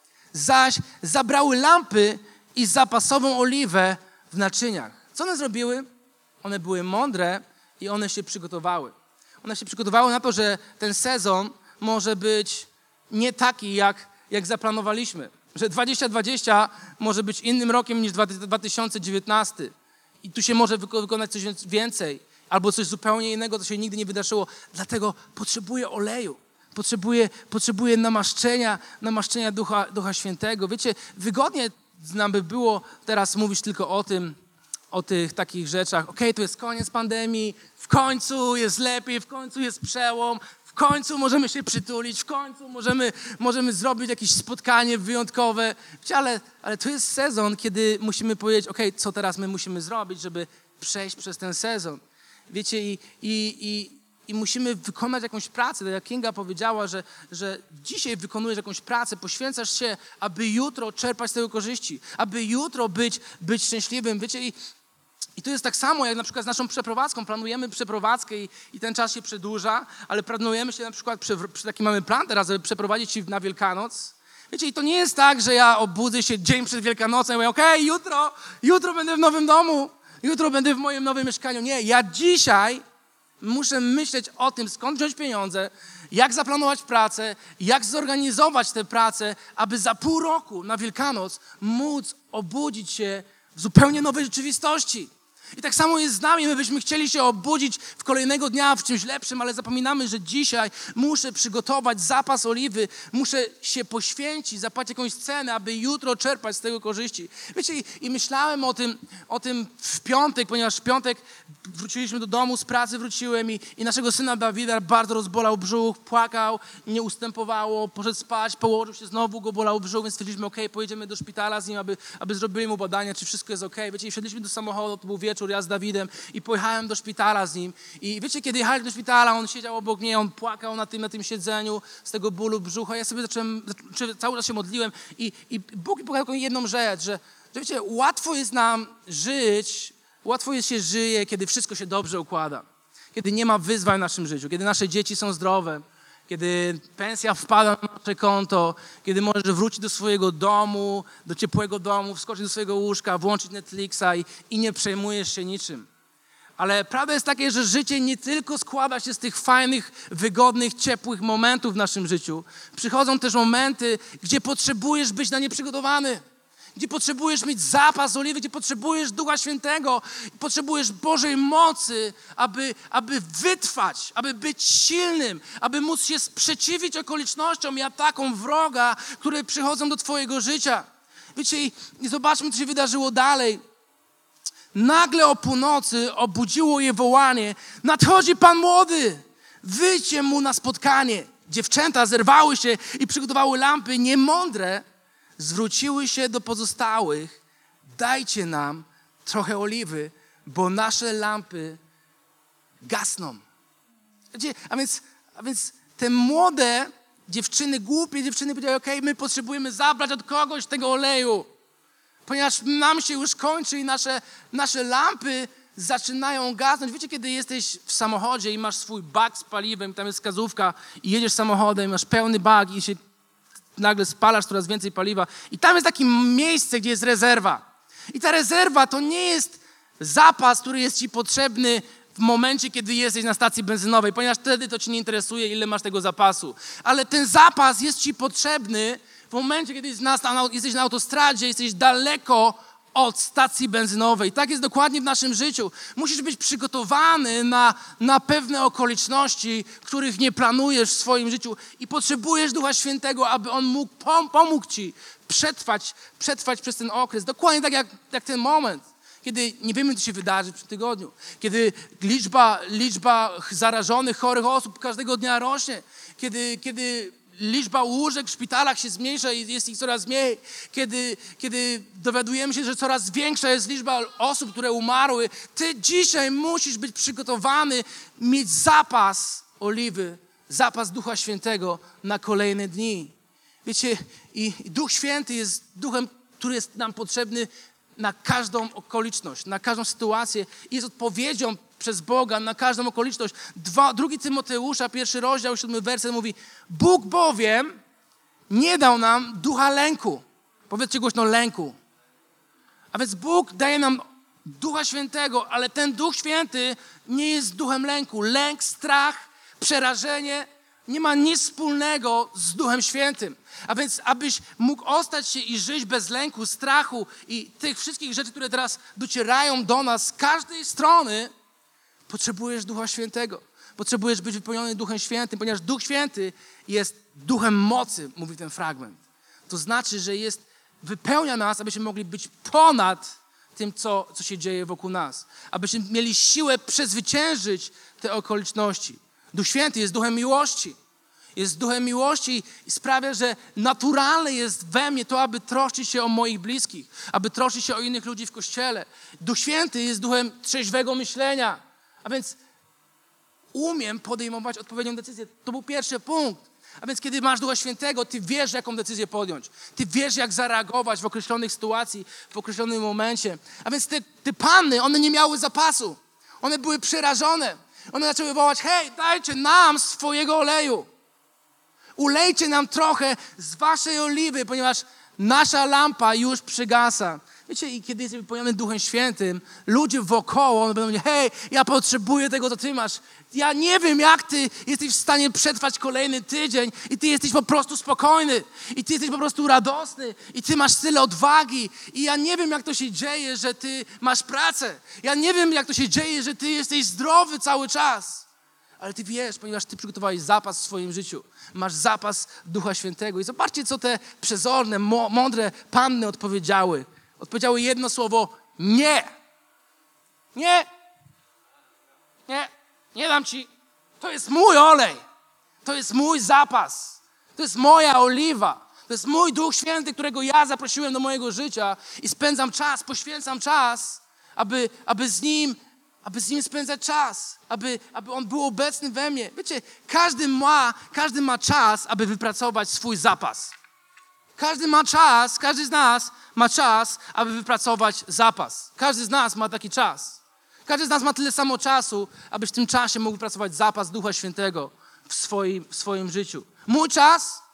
zaś zabrały lampy i zapasową oliwę w naczyniach. Co one zrobiły? One były mądre i one się przygotowały. One się przygotowały na to, że ten sezon może być nie taki, jak, jak zaplanowaliśmy. Że dwadzieścia dwadzieścia może być innym rokiem niż dwa tysiące dziewiętnasty. I tu się może wykonać coś więcej. Albo coś zupełnie innego, co się nigdy nie wydarzyło. Dlatego potrzebuję oleju. Potrzebuję, potrzebuję namaszczenia, namaszczenia Ducha, Ducha Świętego. Wiecie, wygodnie nam by było teraz mówić tylko o tym, o tych takich rzeczach. Okej, okay, to jest koniec pandemii, w końcu jest lepiej, w końcu jest przełom, w końcu możemy się przytulić, w końcu możemy, możemy zrobić jakieś spotkanie wyjątkowe. Wiecie, ale, ale to jest sezon, kiedy musimy powiedzieć, okej, okay, co teraz my musimy zrobić, żeby przejść przez ten sezon. Wiecie, i, i, i, i musimy wykonać jakąś pracę. Jak Kinga powiedziała, że, że dzisiaj wykonujesz jakąś pracę, poświęcasz się, aby jutro czerpać z tego korzyści, aby jutro być, być szczęśliwym. Wiecie, i, i to jest tak samo, jak na przykład z naszą przeprowadzką. Planujemy przeprowadzkę i, i ten czas się przedłuża, ale planujemy się na przykład, przy, przy taki mamy plan teraz, żeby przeprowadzić się na Wielkanoc. Wiecie, i to nie jest tak, że ja obudzę się dzień przed Wielkanocem i mówię, okej, okay, jutro, jutro będę w nowym domu. Jutro będę w moim nowym mieszkaniu. Nie, ja dzisiaj muszę myśleć o tym, skąd wziąć pieniądze, jak zaplanować pracę, jak zorganizować tę pracę, aby za pół roku na Wielkanoc móc obudzić się w zupełnie nowej rzeczywistości. I tak samo jest z nami. My byśmy chcieli się obudzić w kolejnego dnia w czymś lepszym, ale zapominamy, że dzisiaj muszę przygotować zapas oliwy, muszę się poświęcić, zapłacić jakąś cenę, aby jutro czerpać z tego korzyści. Wiecie, i, i myślałem o tym, o tym w piątek, ponieważ w piątek wróciliśmy do domu, z pracy wróciłem i, i naszego syna Dawida bardzo rozbolał brzuch, płakał, nie ustępowało, poszedł spać, położył się, znowu go bolał brzuch, więc stwierdziliśmy, okej, okay, pojedziemy do szpitala z nim, aby, aby zrobili mu badania, czy wszystko jest okej. Okay. Wiecie, i wsiedliśmy do samochodu, to był wieczór, wieczór, ja z Dawidem i pojechałem do szpitala z nim. I wiecie, kiedy jechałem do szpitala, on siedział obok mnie, on płakał na tym, na tym siedzeniu z tego bólu brzucha. Ja sobie zacząłem, zacząłem cały czas się modliłem i, i Bóg mi pokazał jedną rzecz, że, że wiecie, łatwo jest nam żyć, łatwo jest się żyje, kiedy wszystko się dobrze układa. Kiedy nie ma wyzwań w naszym życiu, kiedy nasze dzieci są zdrowe, kiedy pensja wpada na nasze konto, kiedy możesz wrócić do swojego domu, do ciepłego domu, wskoczyć do swojego łóżka, włączyć Netflixa i, i nie przejmujesz się niczym. Ale prawda jest taka, że życie nie tylko składa się z tych fajnych, wygodnych, ciepłych momentów w naszym życiu. Przychodzą też momenty, gdzie potrzebujesz być na nie przygotowany. Gdzie potrzebujesz mieć zapas oliwy, gdzie potrzebujesz Ducha Świętego, potrzebujesz Bożej mocy, aby, aby wytrwać, aby być silnym, aby móc się sprzeciwić okolicznościom i atakom wroga, które przychodzą do twojego życia. Wiecie, i, i zobaczmy, co się wydarzyło dalej. Nagle o północy obudziło je wołanie: nadchodzi Pan młody, wyjdźcie mu na spotkanie. Dziewczęta zerwały się i przygotowały lampy niemądre, zwróciły się do pozostałych: dajcie nam trochę oliwy, bo nasze lampy gasną. A więc, a więc te młode dziewczyny, głupie dziewczyny powiedziały: okej, okay, my potrzebujemy zabrać od kogoś tego oleju, ponieważ nam się już kończy i nasze, nasze lampy zaczynają gasnąć. Wiecie, kiedy jesteś w samochodzie i masz swój bak z paliwem, tam jest wskazówka i jedziesz samochodem, masz pełny bak i się nagle spalasz coraz więcej paliwa i tam jest takie miejsce, gdzie jest rezerwa. I ta rezerwa to nie jest zapas, który jest ci potrzebny w momencie, kiedy jesteś na stacji benzynowej, ponieważ wtedy to cię nie interesuje, ile masz tego zapasu. Ale ten zapas jest ci potrzebny w momencie, kiedy jesteś na autostradzie, jesteś daleko od stacji benzynowej. Tak jest dokładnie w naszym życiu. Musisz być przygotowany na, na pewne okoliczności, których nie planujesz w swoim życiu i potrzebujesz Ducha Świętego, aby On mógł, pom- pomógł ci przetrwać, przetrwać przez ten okres. Dokładnie tak jak, jak ten moment, kiedy nie wiemy, co się wydarzy w tym tygodniu. Kiedy liczba, liczba zarażonych, chorych osób każdego dnia rośnie. Kiedy, kiedy liczba łóżek w szpitalach się zmniejsza i jest ich coraz mniej. Kiedy, kiedy dowiadujemy się, że coraz większa jest liczba osób, które umarły. Ty dzisiaj musisz być przygotowany, mieć zapas oliwy, zapas Ducha Świętego na kolejne dni. Wiecie, i Duch Święty jest Duchem, który jest nam potrzebny na każdą okoliczność, na każdą sytuację i jest odpowiedzią przez Boga na każdą okoliczność. Dwa, drugi Tymoteusza, pierwszy rozdział, siódmy werset mówi: Bóg bowiem nie dał nam ducha lęku. Powiedzcie głośno: lęku. A więc Bóg daje nam Ducha Świętego, ale ten Duch Święty nie jest duchem lęku. Lęk, strach, przerażenie nie ma nic wspólnego z Duchem Świętym. A więc abyś mógł ostać się i żyć bez lęku, strachu i tych wszystkich rzeczy, które teraz docierają do nas z każdej strony, potrzebujesz Ducha Świętego. Potrzebujesz być wypełniony Duchem Świętym, ponieważ Duch Święty jest duchem mocy, mówi ten fragment. To znaczy, że jest, wypełnia nas, abyśmy mogli być ponad tym, co, co się dzieje wokół nas. Abyśmy mieli siłę przezwyciężyć te okoliczności. Duch Święty jest duchem miłości. Jest duchem miłości i sprawia, że naturalne jest we mnie to, aby troszczyć się o moich bliskich, aby troszczyć się o innych ludzi w Kościele. Duch Święty jest duchem trzeźwego myślenia. A więc umiem podejmować odpowiednią decyzję. To był pierwszy punkt. A więc kiedy masz Ducha Świętego, ty wiesz, jaką decyzję podjąć. Ty wiesz, jak zareagować w określonych sytuacji, w określonym momencie. A więc te, te panny, one nie miały zapasu. One były przerażone. One zaczęły wołać: hej, dajcie nam swojego oleju. Ulejcie nam trochę z waszej oliwy, ponieważ nasza lampa już przygasa. Wiecie, i kiedy jesteś wypełniony Duchem Świętym, ludzie wokoło będą mówić: hej, ja potrzebuję tego, co ty masz. Ja nie wiem, jak ty jesteś w stanie przetrwać kolejny tydzień i ty jesteś po prostu spokojny i ty jesteś po prostu radosny i ty masz tyle odwagi i ja nie wiem, jak to się dzieje, że ty masz pracę. Ja nie wiem, jak to się dzieje, że ty jesteś zdrowy cały czas. Ale ty wiesz, ponieważ ty przygotowałeś zapas w swoim życiu. Masz zapas Ducha Świętego. I zobaczcie, co te przezorne, mądre panny odpowiedziały. Odpowiedziały jedno słowo: nie. Nie. Nie. Nie dam ci. To jest mój olej. To jest mój zapas. To jest moja oliwa. To jest mój Duch Święty, którego ja zaprosiłem do mojego życia i spędzam czas, poświęcam czas, aby, aby z Nim, aby z Nim spędzać czas, aby, aby On był obecny we mnie. Wiecie, każdy ma, każdy ma czas, aby wypracować swój zapas. Każdy ma czas, każdy z nas ma czas, aby wypracować zapas. Każdy z nas ma taki czas. Każdy z nas ma tyle samo czasu, aby w tym czasie mógł wypracować zapas Ducha Świętego w swoim, w swoim życiu. Mój czas,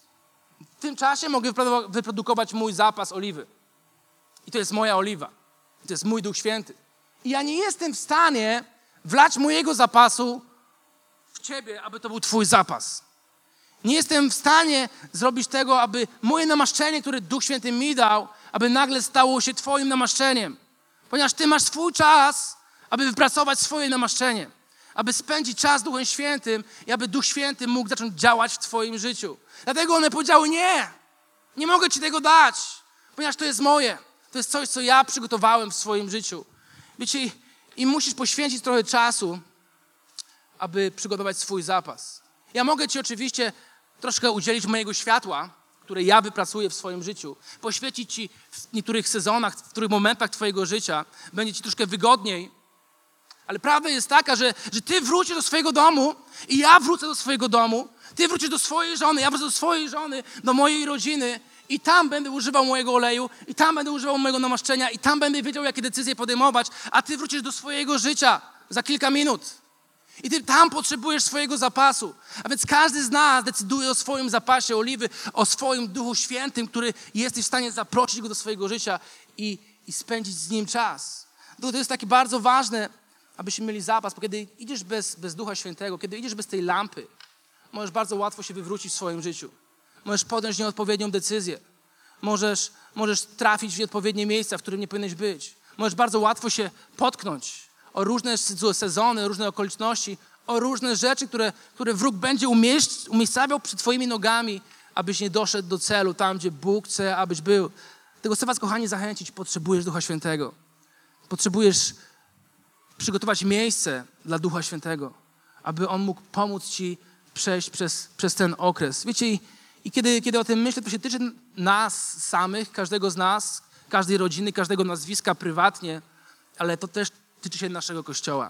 w tym czasie mogę wyprodukować mój zapas oliwy. I to jest moja oliwa. I to jest mój Duch Święty. I ja nie jestem w stanie wlać mojego zapasu w Ciebie, aby to był Twój zapas. Nie jestem w stanie zrobić tego, aby moje namaszczenie, które Duch Święty mi dał, aby nagle stało się Twoim namaszczeniem. Ponieważ Ty masz swój czas, aby wypracować swoje namaszczenie. Aby spędzić czas z Duchem Świętym i aby Duch Święty mógł zacząć działać w Twoim życiu. Dlatego one powiedziały, nie, nie mogę Ci tego dać, ponieważ to jest moje. To jest coś, co ja przygotowałem w swoim życiu. Wiecie, i, i musisz poświęcić trochę czasu, aby przygotować swój zapas. Ja mogę Ci oczywiście troszkę udzielić mojego światła, które ja wypracuję w swoim życiu. Poświęcić Ci w niektórych sezonach, w których momentach Twojego życia będzie Ci troszkę wygodniej. Ale prawda jest taka, że, że Ty wrócisz do swojego domu i ja wrócę do swojego domu. Ty wrócisz do swojej żony, ja wrócę do swojej żony, do mojej rodziny i tam będę używał mojego oleju i tam będę używał mojego namaszczenia i tam będę wiedział, jakie decyzje podejmować, a Ty wrócisz do swojego życia za kilka minut. I Ty tam potrzebujesz swojego zapasu. A więc każdy z nas decyduje o swoim zapasie oliwy, o swoim Duchu Świętym, który jesteś w stanie zaprosić Go do swojego życia i, i spędzić z Nim czas. To jest takie bardzo ważne, abyśmy mieli zapas, bo kiedy idziesz bez, bez Ducha Świętego, kiedy idziesz bez tej lampy, możesz bardzo łatwo się wywrócić w swoim życiu. Możesz podjąć nieodpowiednią decyzję. Możesz, możesz trafić w nieodpowiednie miejsca, w którym nie powinieneś być. Możesz bardzo łatwo się potknąć o różne sezony, różne okoliczności, o różne rzeczy, które, które wróg będzie umieść, umiejscawiał przed Twoimi nogami, abyś nie doszedł do celu tam, gdzie Bóg chce, abyś był. Tego chcę Was, kochani, zachęcić. Potrzebujesz Ducha Świętego. Potrzebujesz przygotować miejsce dla Ducha Świętego, aby On mógł pomóc Ci przejść przez, przez ten okres. Wiecie, i, i kiedy, kiedy o tym myślę, to się tyczy nas samych, każdego z nas, każdej rodziny, każdego nazwiska prywatnie, ale to też tyczy się naszego Kościoła.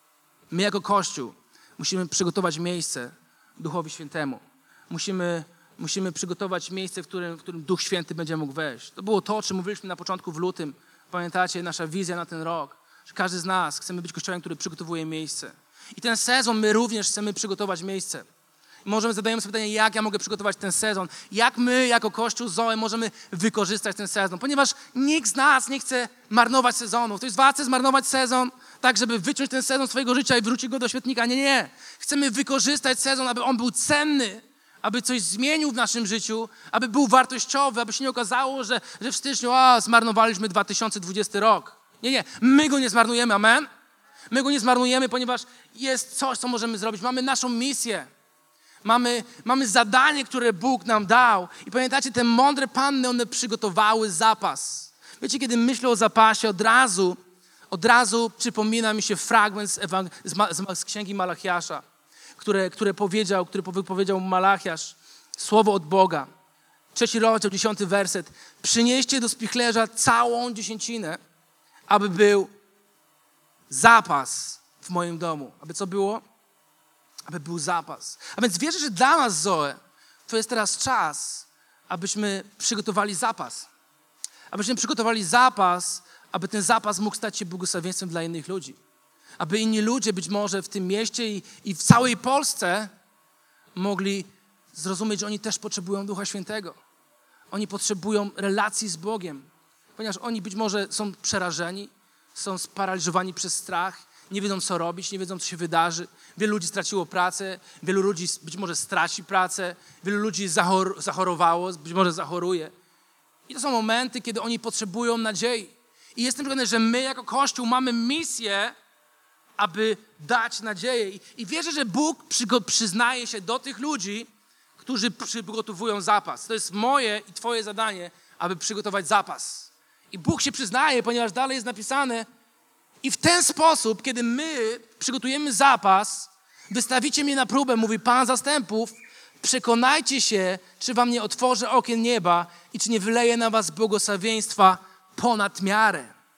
My jako Kościół musimy przygotować miejsce Duchowi Świętemu. Musimy, musimy przygotować miejsce, w którym, w którym Duch Święty będzie mógł wejść. To było to, o czym mówiliśmy na początku w lutym. Pamiętacie, nasza wizja na ten rok, że każdy z nas chcemy być Kościołem, który przygotowuje miejsce. I ten sezon my również chcemy przygotować miejsce. I możemy zadajemy sobie pytanie, jak ja mogę przygotować ten sezon? Jak my jako Kościół Zoe możemy wykorzystać ten sezon? Ponieważ nikt z nas nie chce marnować sezonu. Ktoś z was chce zmarnować sezon, tak żeby wyciąć ten sezon z swojego życia i wrócić go do świetnika. Nie, nie. Chcemy wykorzystać sezon, aby on był cenny, aby coś zmienił w naszym życiu, aby był wartościowy, aby się nie okazało, że, że w styczniu a, zmarnowaliśmy dwa tysiące dwudziesty rok. Nie, nie. My go nie zmarnujemy, amen? My go nie zmarnujemy, ponieważ jest coś, co możemy zrobić. Mamy naszą misję. Mamy, mamy zadanie, które Bóg nam dał. I pamiętacie, te mądre panny, one przygotowały zapas. Wiecie, kiedy myślę o zapasie, od razu, od razu przypomina mi się fragment z, Ewang- z, Ma- z Księgi Malachiasza, które, które powiedział, który powiedział Malachiasz, słowo od Boga. Trzeci rozdział, dziesiąty werset. Przynieście do spichlerza całą dziesięcinę, aby był zapas w moim domu. Aby co było? Aby był zapas. A więc wierzę, że dla nas, Zoe, to jest teraz czas, abyśmy przygotowali zapas. Abyśmy przygotowali zapas, aby ten zapas mógł stać się błogosławieństwem dla innych ludzi. Aby inni ludzie być może w tym mieście i, i w całej Polsce mogli zrozumieć, że oni też potrzebują Ducha Świętego. Oni potrzebują relacji z Bogiem, ponieważ oni być może są przerażeni, są sparaliżowani przez strach, nie wiedzą, co robić, nie wiedzą, co się wydarzy. Wielu ludzi straciło pracę, wielu ludzi być może straci pracę, wielu ludzi zachor- zachorowało, być może zachoruje. I to są momenty, kiedy oni potrzebują nadziei. I jestem przekonany, że my jako Kościół mamy misję, aby dać nadzieję. I, i wierzę, że Bóg przygo- przyznaje się do tych ludzi, którzy przygotowują zapas. To jest moje i twoje zadanie, aby przygotować zapas. I Bóg się przyznaje, ponieważ dalej jest napisane, i w ten sposób, kiedy my przygotujemy zapas, wystawicie mnie na próbę, mówi Pan zastępów, przekonajcie się, czy wam nie otworzę okien nieba i czy nie wyleję na was błogosławieństwa ponad miarę.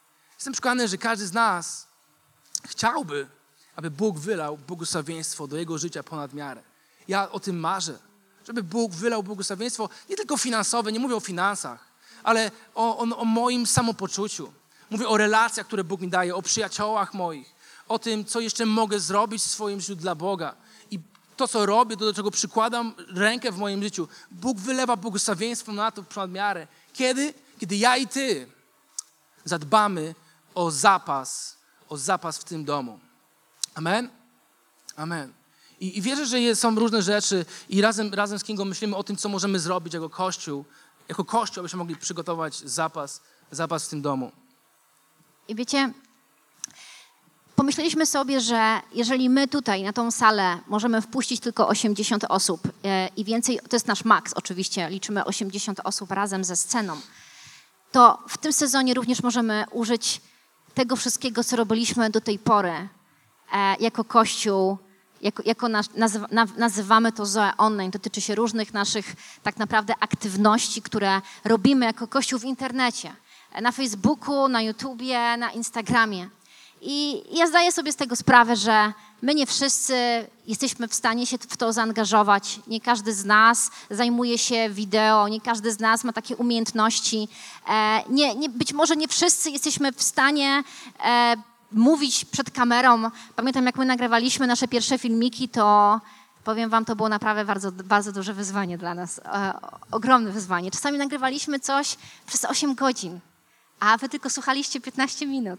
Jestem przekonany, że każdy z nas chciałby, aby Bóg wylał błogosławieństwo do jego życia ponad miarę. Ja o tym marzę, żeby Bóg wylał błogosławieństwo nie tylko finansowe, nie mówię o finansach, ale o, o, o moim samopoczuciu. Mówię o relacjach, które Bóg mi daje, o przyjaciołach moich, o tym, co jeszcze mogę zrobić w swoim życiu dla Boga. I to, co robię, to, do czego przykładam rękę w moim życiu. Bóg wylewa błogosławieństwo na to ponad miarę. Kiedy? Kiedy ja i ty zadbamy o zapas, o zapas w tym domu. Amen? Amen. I, i wierzę, że jest, są różne rzeczy i razem, razem z Kingą myślimy o tym, co możemy zrobić jako Kościół, jako Kościół, abyśmy mogli przygotować zapas, zapas w tym domu. I wiecie, pomyśleliśmy sobie, że jeżeli my tutaj na tą salę możemy wpuścić tylko osiemdziesiąt osób e, i więcej, to jest nasz maks oczywiście, liczymy osiemdziesiąt osób razem ze sceną, to w tym sezonie również możemy użyć tego wszystkiego, co robiliśmy do tej pory e, jako Kościół, jako, jako nas, nazywa, na, nazywamy to Zoe Online. Dotyczy się różnych naszych tak naprawdę aktywności, które robimy jako Kościół w internecie. Na Facebooku, na YouTubie, na Instagramie. I ja zdaję sobie z tego sprawę, że my nie wszyscy jesteśmy w stanie się w to zaangażować. Nie każdy z nas zajmuje się wideo, nie każdy z nas ma takie umiejętności. Nie, nie, być może nie wszyscy jesteśmy w stanie e, mówić przed kamerą. Pamiętam, jak my nagrywaliśmy nasze pierwsze filmiki, to powiem wam, to było naprawdę bardzo, bardzo duże wyzwanie dla nas. E, ogromne wyzwanie. Czasami nagrywaliśmy coś przez osiem godzin. A wy tylko słuchaliście piętnaście minut.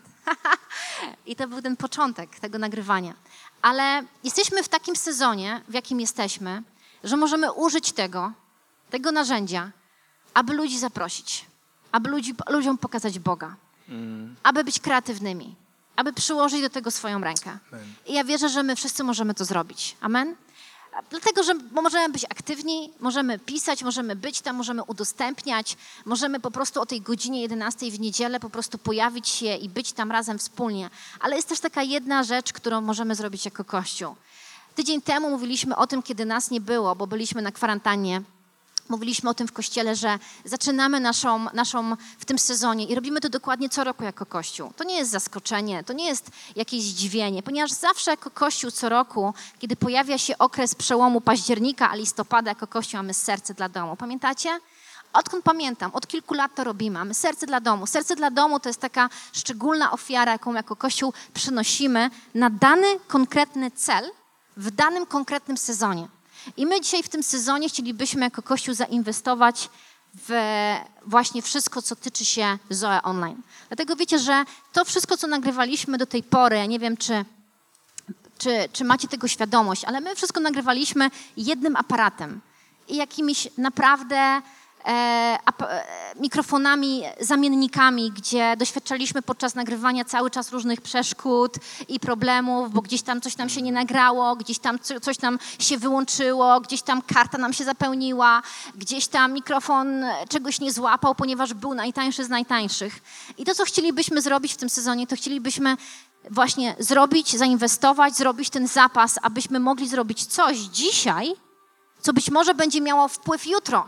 I to był ten początek tego nagrywania. Ale jesteśmy w takim sezonie, w jakim jesteśmy, że możemy użyć tego, tego narzędzia, aby ludzi zaprosić, aby ludzi, ludziom pokazać Boga, mm. aby być kreatywnymi, aby przyłożyć do tego swoją rękę. Amen. I ja wierzę, że my wszyscy możemy to zrobić. Amen? Dlatego, że możemy być aktywni, możemy pisać, możemy być tam, możemy udostępniać, możemy po prostu o tej godzinie jedenastej w niedzielę po prostu pojawić się i być tam razem wspólnie. Ale jest też taka jedna rzecz, którą możemy zrobić jako Kościół. Tydzień temu mówiliśmy o tym, kiedy nas nie było, bo byliśmy na kwarantannie. Mówiliśmy o tym w Kościele, że zaczynamy naszą, naszą w tym sezonie i robimy to dokładnie co roku jako Kościół. To nie jest zaskoczenie, to nie jest jakieś zdziwienie, ponieważ zawsze jako Kościół co roku, kiedy pojawia się okres przełomu października a listopada, jako Kościół mamy serce dla domu. Pamiętacie? Odkąd pamiętam, od kilku lat to robimy. Mamy serce dla domu. Serce dla domu to jest taka szczególna ofiara, jaką jako Kościół przynosimy na dany konkretny cel w danym konkretnym sezonie. I my dzisiaj w tym sezonie chcielibyśmy jako Kościół zainwestować w właśnie wszystko, co tyczy się Zoe Online. Dlatego wiecie, że to wszystko, co nagrywaliśmy do tej pory, ja nie wiem, czy, czy, czy macie tego świadomość, ale my wszystko nagrywaliśmy jednym aparatem i jakimiś naprawdę e, ap, e, mikrofonami, zamiennikami, gdzie doświadczaliśmy podczas nagrywania cały czas różnych przeszkód i problemów, bo gdzieś tam coś nam się nie nagrało, gdzieś tam co, coś nam się wyłączyło, gdzieś tam karta nam się zapełniła, gdzieś tam mikrofon czegoś nie złapał, ponieważ był najtańszy z najtańszych. I to, co chcielibyśmy zrobić w tym sezonie, to chcielibyśmy właśnie zrobić, zainwestować, zrobić ten zapas, abyśmy mogli zrobić coś dzisiaj, co być może będzie miało wpływ jutro.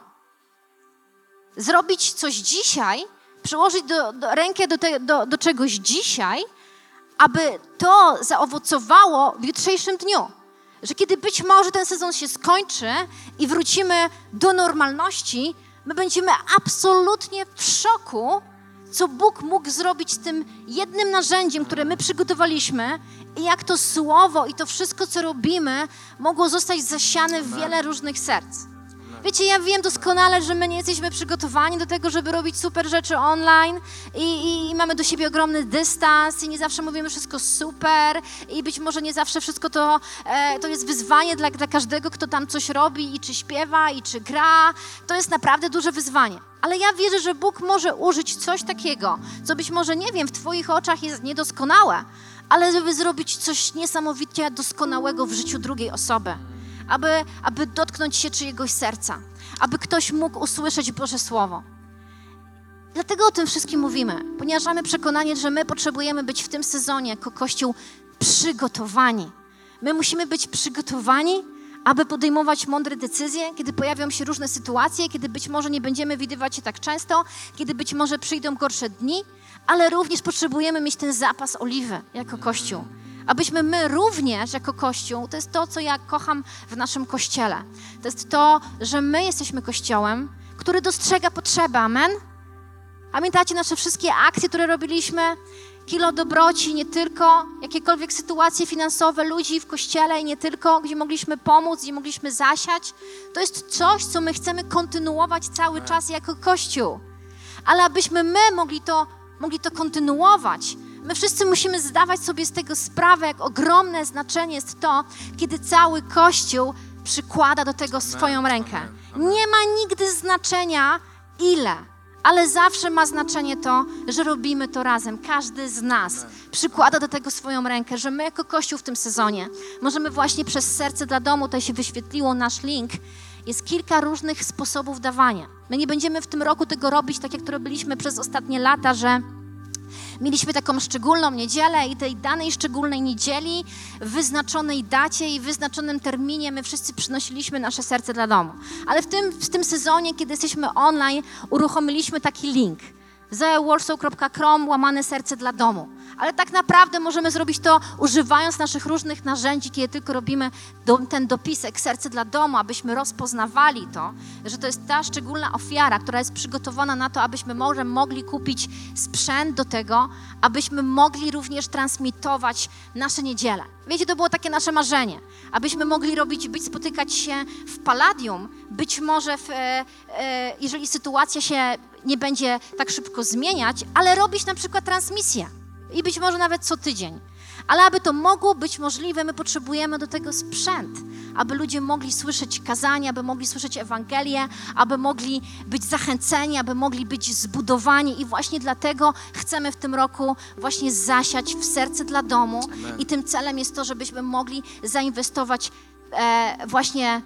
Zrobić coś dzisiaj, przyłożyć do, do, rękę do, te, do, do czegoś dzisiaj, aby to zaowocowało w jutrzejszym dniu. Że kiedy być może ten sezon się skończy i wrócimy do normalności, my będziemy absolutnie w szoku, co Bóg mógł zrobić z tym jednym narzędziem, które my przygotowaliśmy i jak to słowo i to wszystko, co robimy, mogło zostać zasiane w wiele różnych serc. Wiecie, ja wiem doskonale, że my nie jesteśmy przygotowani do tego, żeby robić super rzeczy online i, i, i mamy do siebie ogromny dystans i nie zawsze mówimy wszystko super i być może nie zawsze wszystko to, e, to jest wyzwanie dla, dla każdego, kto tam coś robi i czy śpiewa i czy gra. To jest naprawdę duże wyzwanie. Ale ja wierzę, że Bóg może użyć coś takiego, co być może, nie wiem, w twoich oczach jest niedoskonałe, ale żeby zrobić coś niesamowicie doskonałego w życiu drugiej osoby. Aby, aby dotknąć się czyjegoś serca, aby ktoś mógł usłyszeć Boże Słowo. Dlatego o tym wszystkim mówimy, ponieważ mamy przekonanie, że my potrzebujemy być w tym sezonie jako Kościół przygotowani. My musimy być przygotowani, aby podejmować mądre decyzje, kiedy pojawią się różne sytuacje, kiedy być może nie będziemy widywać się tak często, kiedy być może przyjdą gorsze dni, ale również potrzebujemy mieć ten zapas oliwy jako Kościół. Abyśmy my również jako Kościół, to jest to, co ja kocham w naszym Kościele. To jest to, że my jesteśmy Kościołem, który dostrzega potrzeby. Amen? Pamiętacie nasze wszystkie akcje, które robiliśmy? Kilo dobroci, nie tylko, jakiekolwiek sytuacje finansowe ludzi w Kościele i nie tylko, gdzie mogliśmy pomóc, gdzie mogliśmy zasiać. To jest coś, co my chcemy kontynuować cały czas jako Kościół. Ale abyśmy my mogli to, mogli to kontynuować, my wszyscy musimy zdawać sobie z tego sprawę, jak ogromne znaczenie jest to, kiedy cały Kościół przykłada do tego swoją rękę. Nie ma nigdy znaczenia ile, ale zawsze ma znaczenie to, że robimy to razem. Każdy z nas przykłada do tego swoją rękę, że my jako Kościół w tym sezonie możemy właśnie przez Serce dla Domu, tutaj się wyświetliło nasz link, jest kilka różnych sposobów dawania. My nie będziemy w tym roku tego robić tak, jak to robiliśmy przez ostatnie lata, że mieliśmy taką szczególną niedzielę i tej danej szczególnej niedzieli, w wyznaczonej dacie i wyznaczonym terminie my wszyscy przynosiliśmy nasze serce dla domu. Ale w tym, w tym sezonie, kiedy jesteśmy online, uruchomiliśmy taki link. zoewarsaw kropka com łamane serce dla domu. Ale tak naprawdę możemy zrobić to używając naszych różnych narzędzi, kiedy tylko robimy do, ten dopisek serce dla domu, abyśmy rozpoznawali to, że to jest ta szczególna ofiara, która jest przygotowana na to, abyśmy może mogli kupić sprzęt do tego, abyśmy mogli również transmitować nasze niedziele. Wiecie, to było takie nasze marzenie, abyśmy mogli robić, być, spotykać się w Palladium, być może w, e, e, jeżeli sytuacja się nie będzie tak szybko zmieniać, ale robić na przykład transmisję. I być może nawet co tydzień. Ale aby to mogło być możliwe, my potrzebujemy do tego sprzęt, aby ludzie mogli słyszeć kazania, aby mogli słyszeć Ewangelię, aby mogli być zachęceni, aby mogli być zbudowani i właśnie dlatego chcemy w tym roku właśnie zasiać w serce dla domu. Amen. I tym celem jest to, żebyśmy mogli zainwestować e, właśnie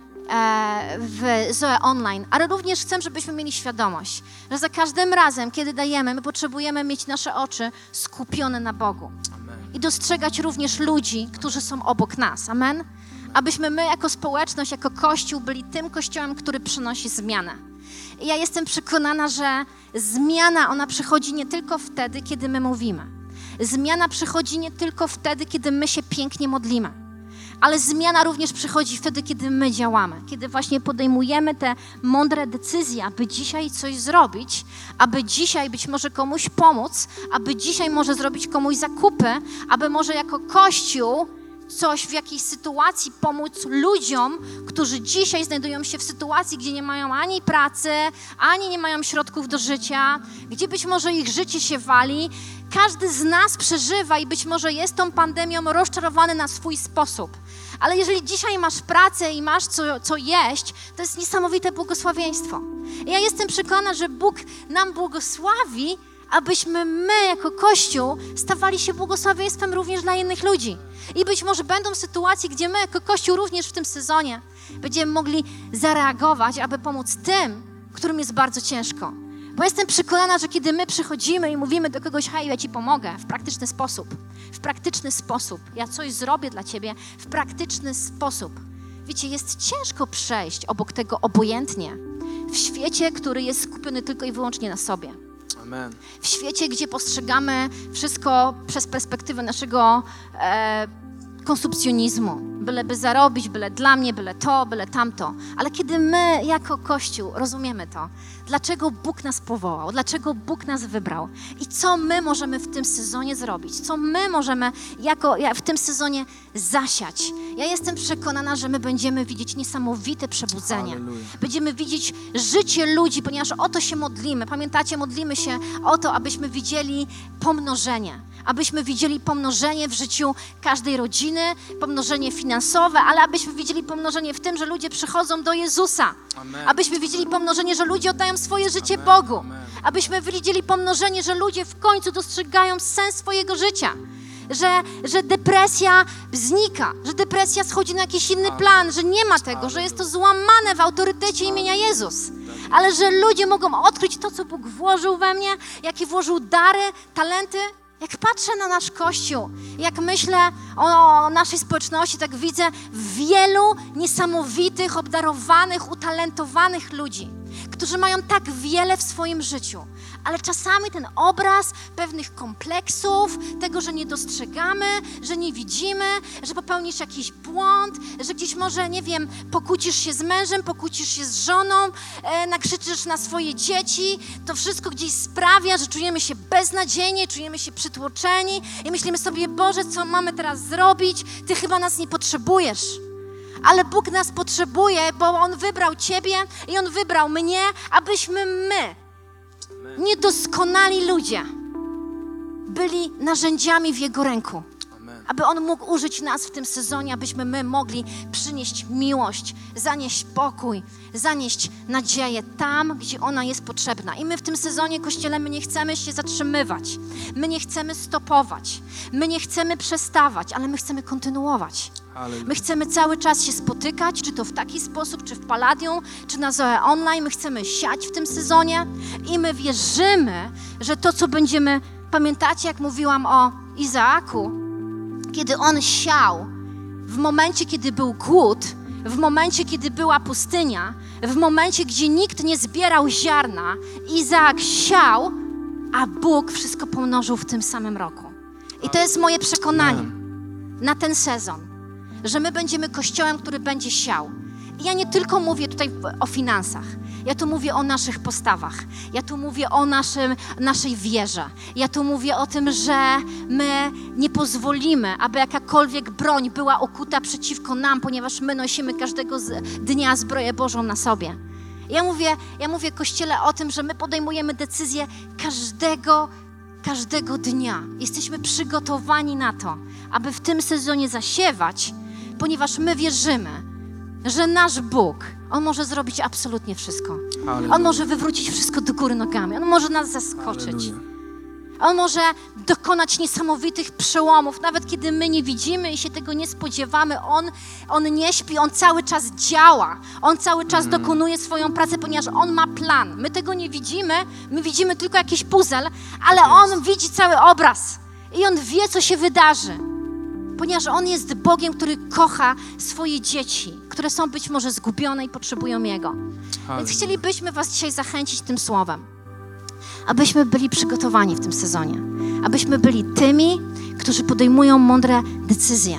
w Zoe Online, ale również chcę, żebyśmy mieli świadomość, że za każdym razem, kiedy dajemy, my potrzebujemy mieć nasze oczy skupione na Bogu. Amen. I dostrzegać również ludzi, którzy są obok nas. Amen? Abyśmy my jako społeczność, jako Kościół byli tym Kościołem, który przynosi zmianę. I ja jestem przekonana, że zmiana, ona przychodzi nie tylko wtedy, kiedy my mówimy. Zmiana przychodzi nie tylko wtedy, kiedy my się pięknie modlimy. Ale zmiana również przychodzi wtedy, kiedy my działamy, kiedy właśnie podejmujemy te mądre decyzje, aby dzisiaj coś zrobić, aby dzisiaj być może komuś pomóc, aby dzisiaj może zrobić komuś zakupy, aby może jako Kościół coś w jakiejś sytuacji pomóc ludziom, którzy dzisiaj znajdują się w sytuacji, gdzie nie mają ani pracy, ani nie mają środków do życia, gdzie być może ich życie się wali. Każdy z nas przeżywa i być może jest tą pandemią rozczarowany na swój sposób. Ale jeżeli dzisiaj masz pracę i masz co, co jeść, to jest niesamowite błogosławieństwo. I ja jestem przekonana, że Bóg nam błogosławi, abyśmy my jako Kościół stawali się błogosławieństwem również dla innych ludzi. I być może będą sytuacje, gdzie my jako Kościół również w tym sezonie będziemy mogli zareagować, aby pomóc tym, którym jest bardzo ciężko. Bo jestem przekonana, że kiedy my przychodzimy i mówimy do kogoś, hej, ja ci pomogę w praktyczny sposób, w praktyczny sposób, ja coś zrobię dla ciebie w praktyczny sposób. Wiecie, jest ciężko przejść obok tego obojętnie w świecie, który jest skupiony tylko i wyłącznie na sobie. Amen. W świecie, gdzie postrzegamy wszystko przez perspektywę naszego e, konsumpcjonizmu. Byleby zarobić, byle dla mnie, byle to, byle tamto. Ale kiedy my jako Kościół rozumiemy to, dlaczego Bóg nas powołał, dlaczego Bóg nas wybrał i co my możemy w tym sezonie zrobić, co my możemy jako, w tym sezonie zasiać. Ja jestem przekonana, że my będziemy widzieć niesamowite przebudzenie. Halleluja. Będziemy widzieć życie ludzi, ponieważ o to się modlimy. Pamiętacie, modlimy się o to, abyśmy widzieli pomnożenie. Abyśmy widzieli pomnożenie w życiu każdej rodziny, pomnożenie finansowe, ale abyśmy widzieli pomnożenie w tym, że ludzie przychodzą do Jezusa. Amen. Abyśmy widzieli pomnożenie, że ludzie oddają swoje życie Amen. Bogu. Amen. Abyśmy widzieli pomnożenie, że ludzie w końcu dostrzegają sens swojego życia. Że, że depresja znika, że depresja schodzi na jakiś inny plan, że nie ma tego, że jest to złamane w autorytecie imienia Jezus. Ale że ludzie mogą odkryć to, co Bóg włożył we mnie, jakie włożył dary, talenty, Jak patrzę na nasz Kościół, jak myślę o naszej społeczności, tak widzę wielu niesamowitych, obdarowanych, utalentowanych ludzi, którzy mają tak wiele w swoim życiu, ale czasami ten obraz pewnych kompleksów, tego, że nie dostrzegamy, że nie widzimy, że popełnisz jakiś błąd, że gdzieś może, nie wiem, pokłócisz się z mężem, pokłócisz się z żoną, e, nakrzyczysz na swoje dzieci, to wszystko gdzieś sprawia, że czujemy się beznadziejnie, czujemy się przytłoczeni i myślimy sobie, Boże, co mamy teraz zrobić? Ty chyba nas nie potrzebujesz. Ale Bóg nas potrzebuje, bo On wybrał Ciebie i On wybrał mnie, abyśmy my, niedoskonali ludzie, byli narzędziami w Jego ręku. Amen. Aby On mógł użyć nas w tym sezonie, abyśmy my mogli przynieść miłość, zanieść pokój, zanieść nadzieję tam, gdzie ona jest potrzebna. I my w tym sezonie, Kościele, my nie chcemy się zatrzymywać, my nie chcemy stopować, my nie chcemy przestawać, ale my chcemy kontynuować. Halleluja. My chcemy cały czas się spotykać, czy to w taki sposób, czy w Palladium, czy na Zoe Online. My chcemy siać w tym sezonie i my wierzymy, że to, co będziemy... Pamiętacie, jak mówiłam o Izaaku? Kiedy on siał, w momencie, kiedy był głód, w momencie, kiedy była pustynia, w momencie, gdzie nikt nie zbierał ziarna, Izaak siał, a Bóg wszystko pomnożył w tym samym roku. I to jest moje przekonanie na ten sezon, że my będziemy Kościołem, który będzie siał. I ja nie tylko mówię tutaj o finansach, ja tu mówię o naszych postawach, ja tu mówię o naszym, naszej wierze, ja tu mówię o tym, że my nie pozwolimy, aby jakakolwiek broń była okuta przeciwko nam, ponieważ my nosimy każdego z dnia zbroję Bożą na sobie. Ja mówię, ja mówię Kościele o tym, że my podejmujemy decyzje każdego, każdego dnia. Jesteśmy przygotowani na to, aby w tym sezonie zasiewać, ponieważ my wierzymy, że nasz Bóg, On może zrobić absolutnie wszystko. Halleluja. On może wywrócić wszystko do góry nogami. On może nas zaskoczyć. Halleluja. On może dokonać niesamowitych przełomów, nawet kiedy my nie widzimy i się tego nie spodziewamy. On, on nie śpi, On cały czas działa. On cały czas mm. dokonuje swoją pracę, ponieważ On ma plan. My tego nie widzimy, my widzimy tylko jakiś puzzle, ale On widzi cały obraz i On wie, co się wydarzy. Ponieważ On jest Bogiem, który kocha swoje dzieci, które są być może zgubione i potrzebują Jego. Halleluja. Więc chcielibyśmy was dzisiaj zachęcić tym słowem, abyśmy byli przygotowani w tym sezonie, abyśmy byli tymi, którzy podejmują mądre decyzje,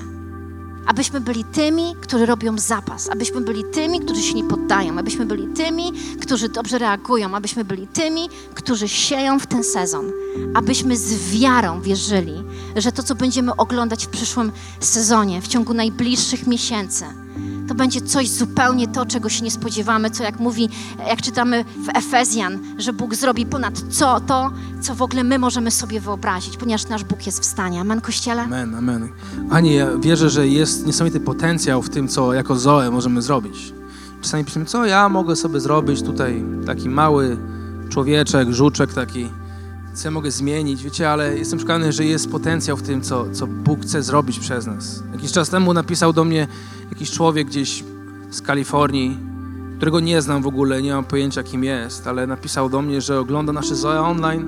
abyśmy byli tymi, którzy robią zapas, abyśmy byli tymi, którzy się nie poddają, abyśmy byli tymi, którzy dobrze reagują, abyśmy byli tymi, którzy sieją w ten sezon, abyśmy z wiarą wierzyli, że to, co będziemy oglądać w przyszłym sezonie, w ciągu najbliższych miesięcy, to będzie coś zupełnie to, czego się nie spodziewamy, co jak mówi, jak czytamy w Efezjan, że Bóg zrobi ponad co to, co w ogóle my możemy sobie wyobrazić, ponieważ nasz Bóg jest w stanie. Amen, Kościele? Amen, amen. Kochani, ja wierzę, że jest niesamowity potencjał w tym, co jako Zoe możemy zrobić. Czasami myślimy, co ja mogę sobie zrobić tutaj, taki mały człowieczek, żuczek taki, co ja mogę zmienić, wiecie, ale jestem przekonany, że jest potencjał w tym, co, co Bóg chce zrobić przez nas. Jakiś czas temu napisał do mnie jakiś człowiek gdzieś z Kalifornii, którego nie znam w ogóle, nie mam pojęcia, kim jest, ale napisał do mnie, że ogląda nasze Zoe Online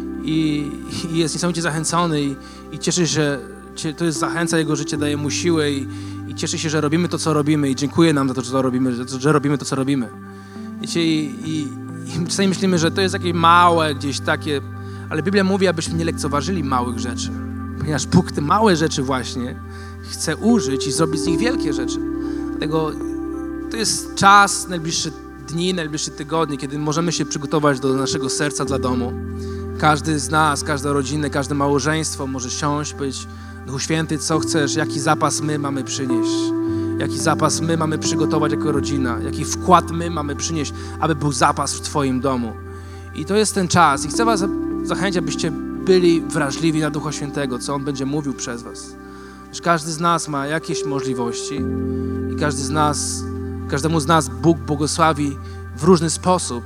i, i jest niesamowicie zachęcony i, i cieszy się, że to jest zachęca jego życie, daje mu siłę i, i cieszy się, że robimy to, co robimy i dziękuję nam za to, że, to robimy, że, że robimy to, co robimy. Wiecie, i, i, i czasami myślimy, że to jest jakieś małe, gdzieś takie, ale Biblia mówi, abyśmy nie lekceważyli małych rzeczy, ponieważ Bóg te małe rzeczy właśnie chce użyć i zrobić z nich wielkie rzeczy. Dlatego to jest czas, najbliższe dni, najbliższe tygodnie, kiedy możemy się przygotować do naszego serca dla domu. Każdy z nas, każda rodzina, każde małżeństwo może siąść, powiedzieć: Duchu Święty, co chcesz, jaki zapas my mamy przynieść, jaki zapas my mamy przygotować jako rodzina, jaki wkład my mamy przynieść, aby był zapas w Twoim domu. I to jest ten czas i chcę was zachęcić, abyście byli wrażliwi na Ducha Świętego, co On będzie mówił przez was. Każdy z nas ma jakieś możliwości i każdy z nas, każdemu z nas Bóg błogosławi w różny sposób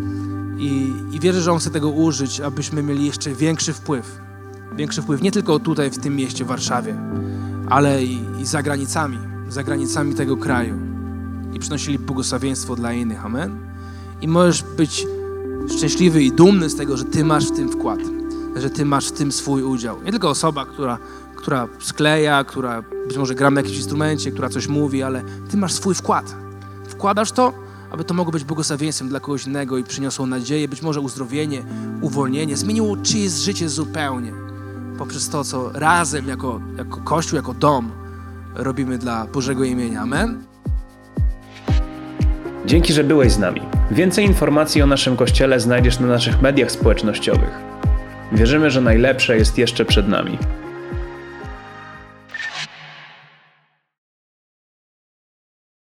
i, i wierzę, że On chce tego użyć, abyśmy mieli jeszcze większy wpływ. Większy wpływ nie tylko tutaj w tym mieście, w Warszawie, ale i, i za granicami, za granicami tego kraju i przynosili błogosławieństwo dla innych. Amen. I możesz być szczęśliwy i dumny z tego, że Ty masz w tym wkład. że ty masz w tym swój udział. Nie tylko osoba, która, która skleja, która być może gra na jakimś instrumencie, która coś mówi, ale ty masz swój wkład. Wkładasz to, aby to mogło być błogosławieństwem dla kogoś innego i przyniosło nadzieję, być może uzdrowienie, uwolnienie, zmieniło czyjeś życie zupełnie poprzez to, co razem jako, jako Kościół, jako dom robimy dla Bożego imienia. Amen? Dzięki, że byłeś z nami. Więcej informacji o naszym Kościele znajdziesz na naszych mediach społecznościowych. Wierzymy, że najlepsze jest jeszcze przed nami.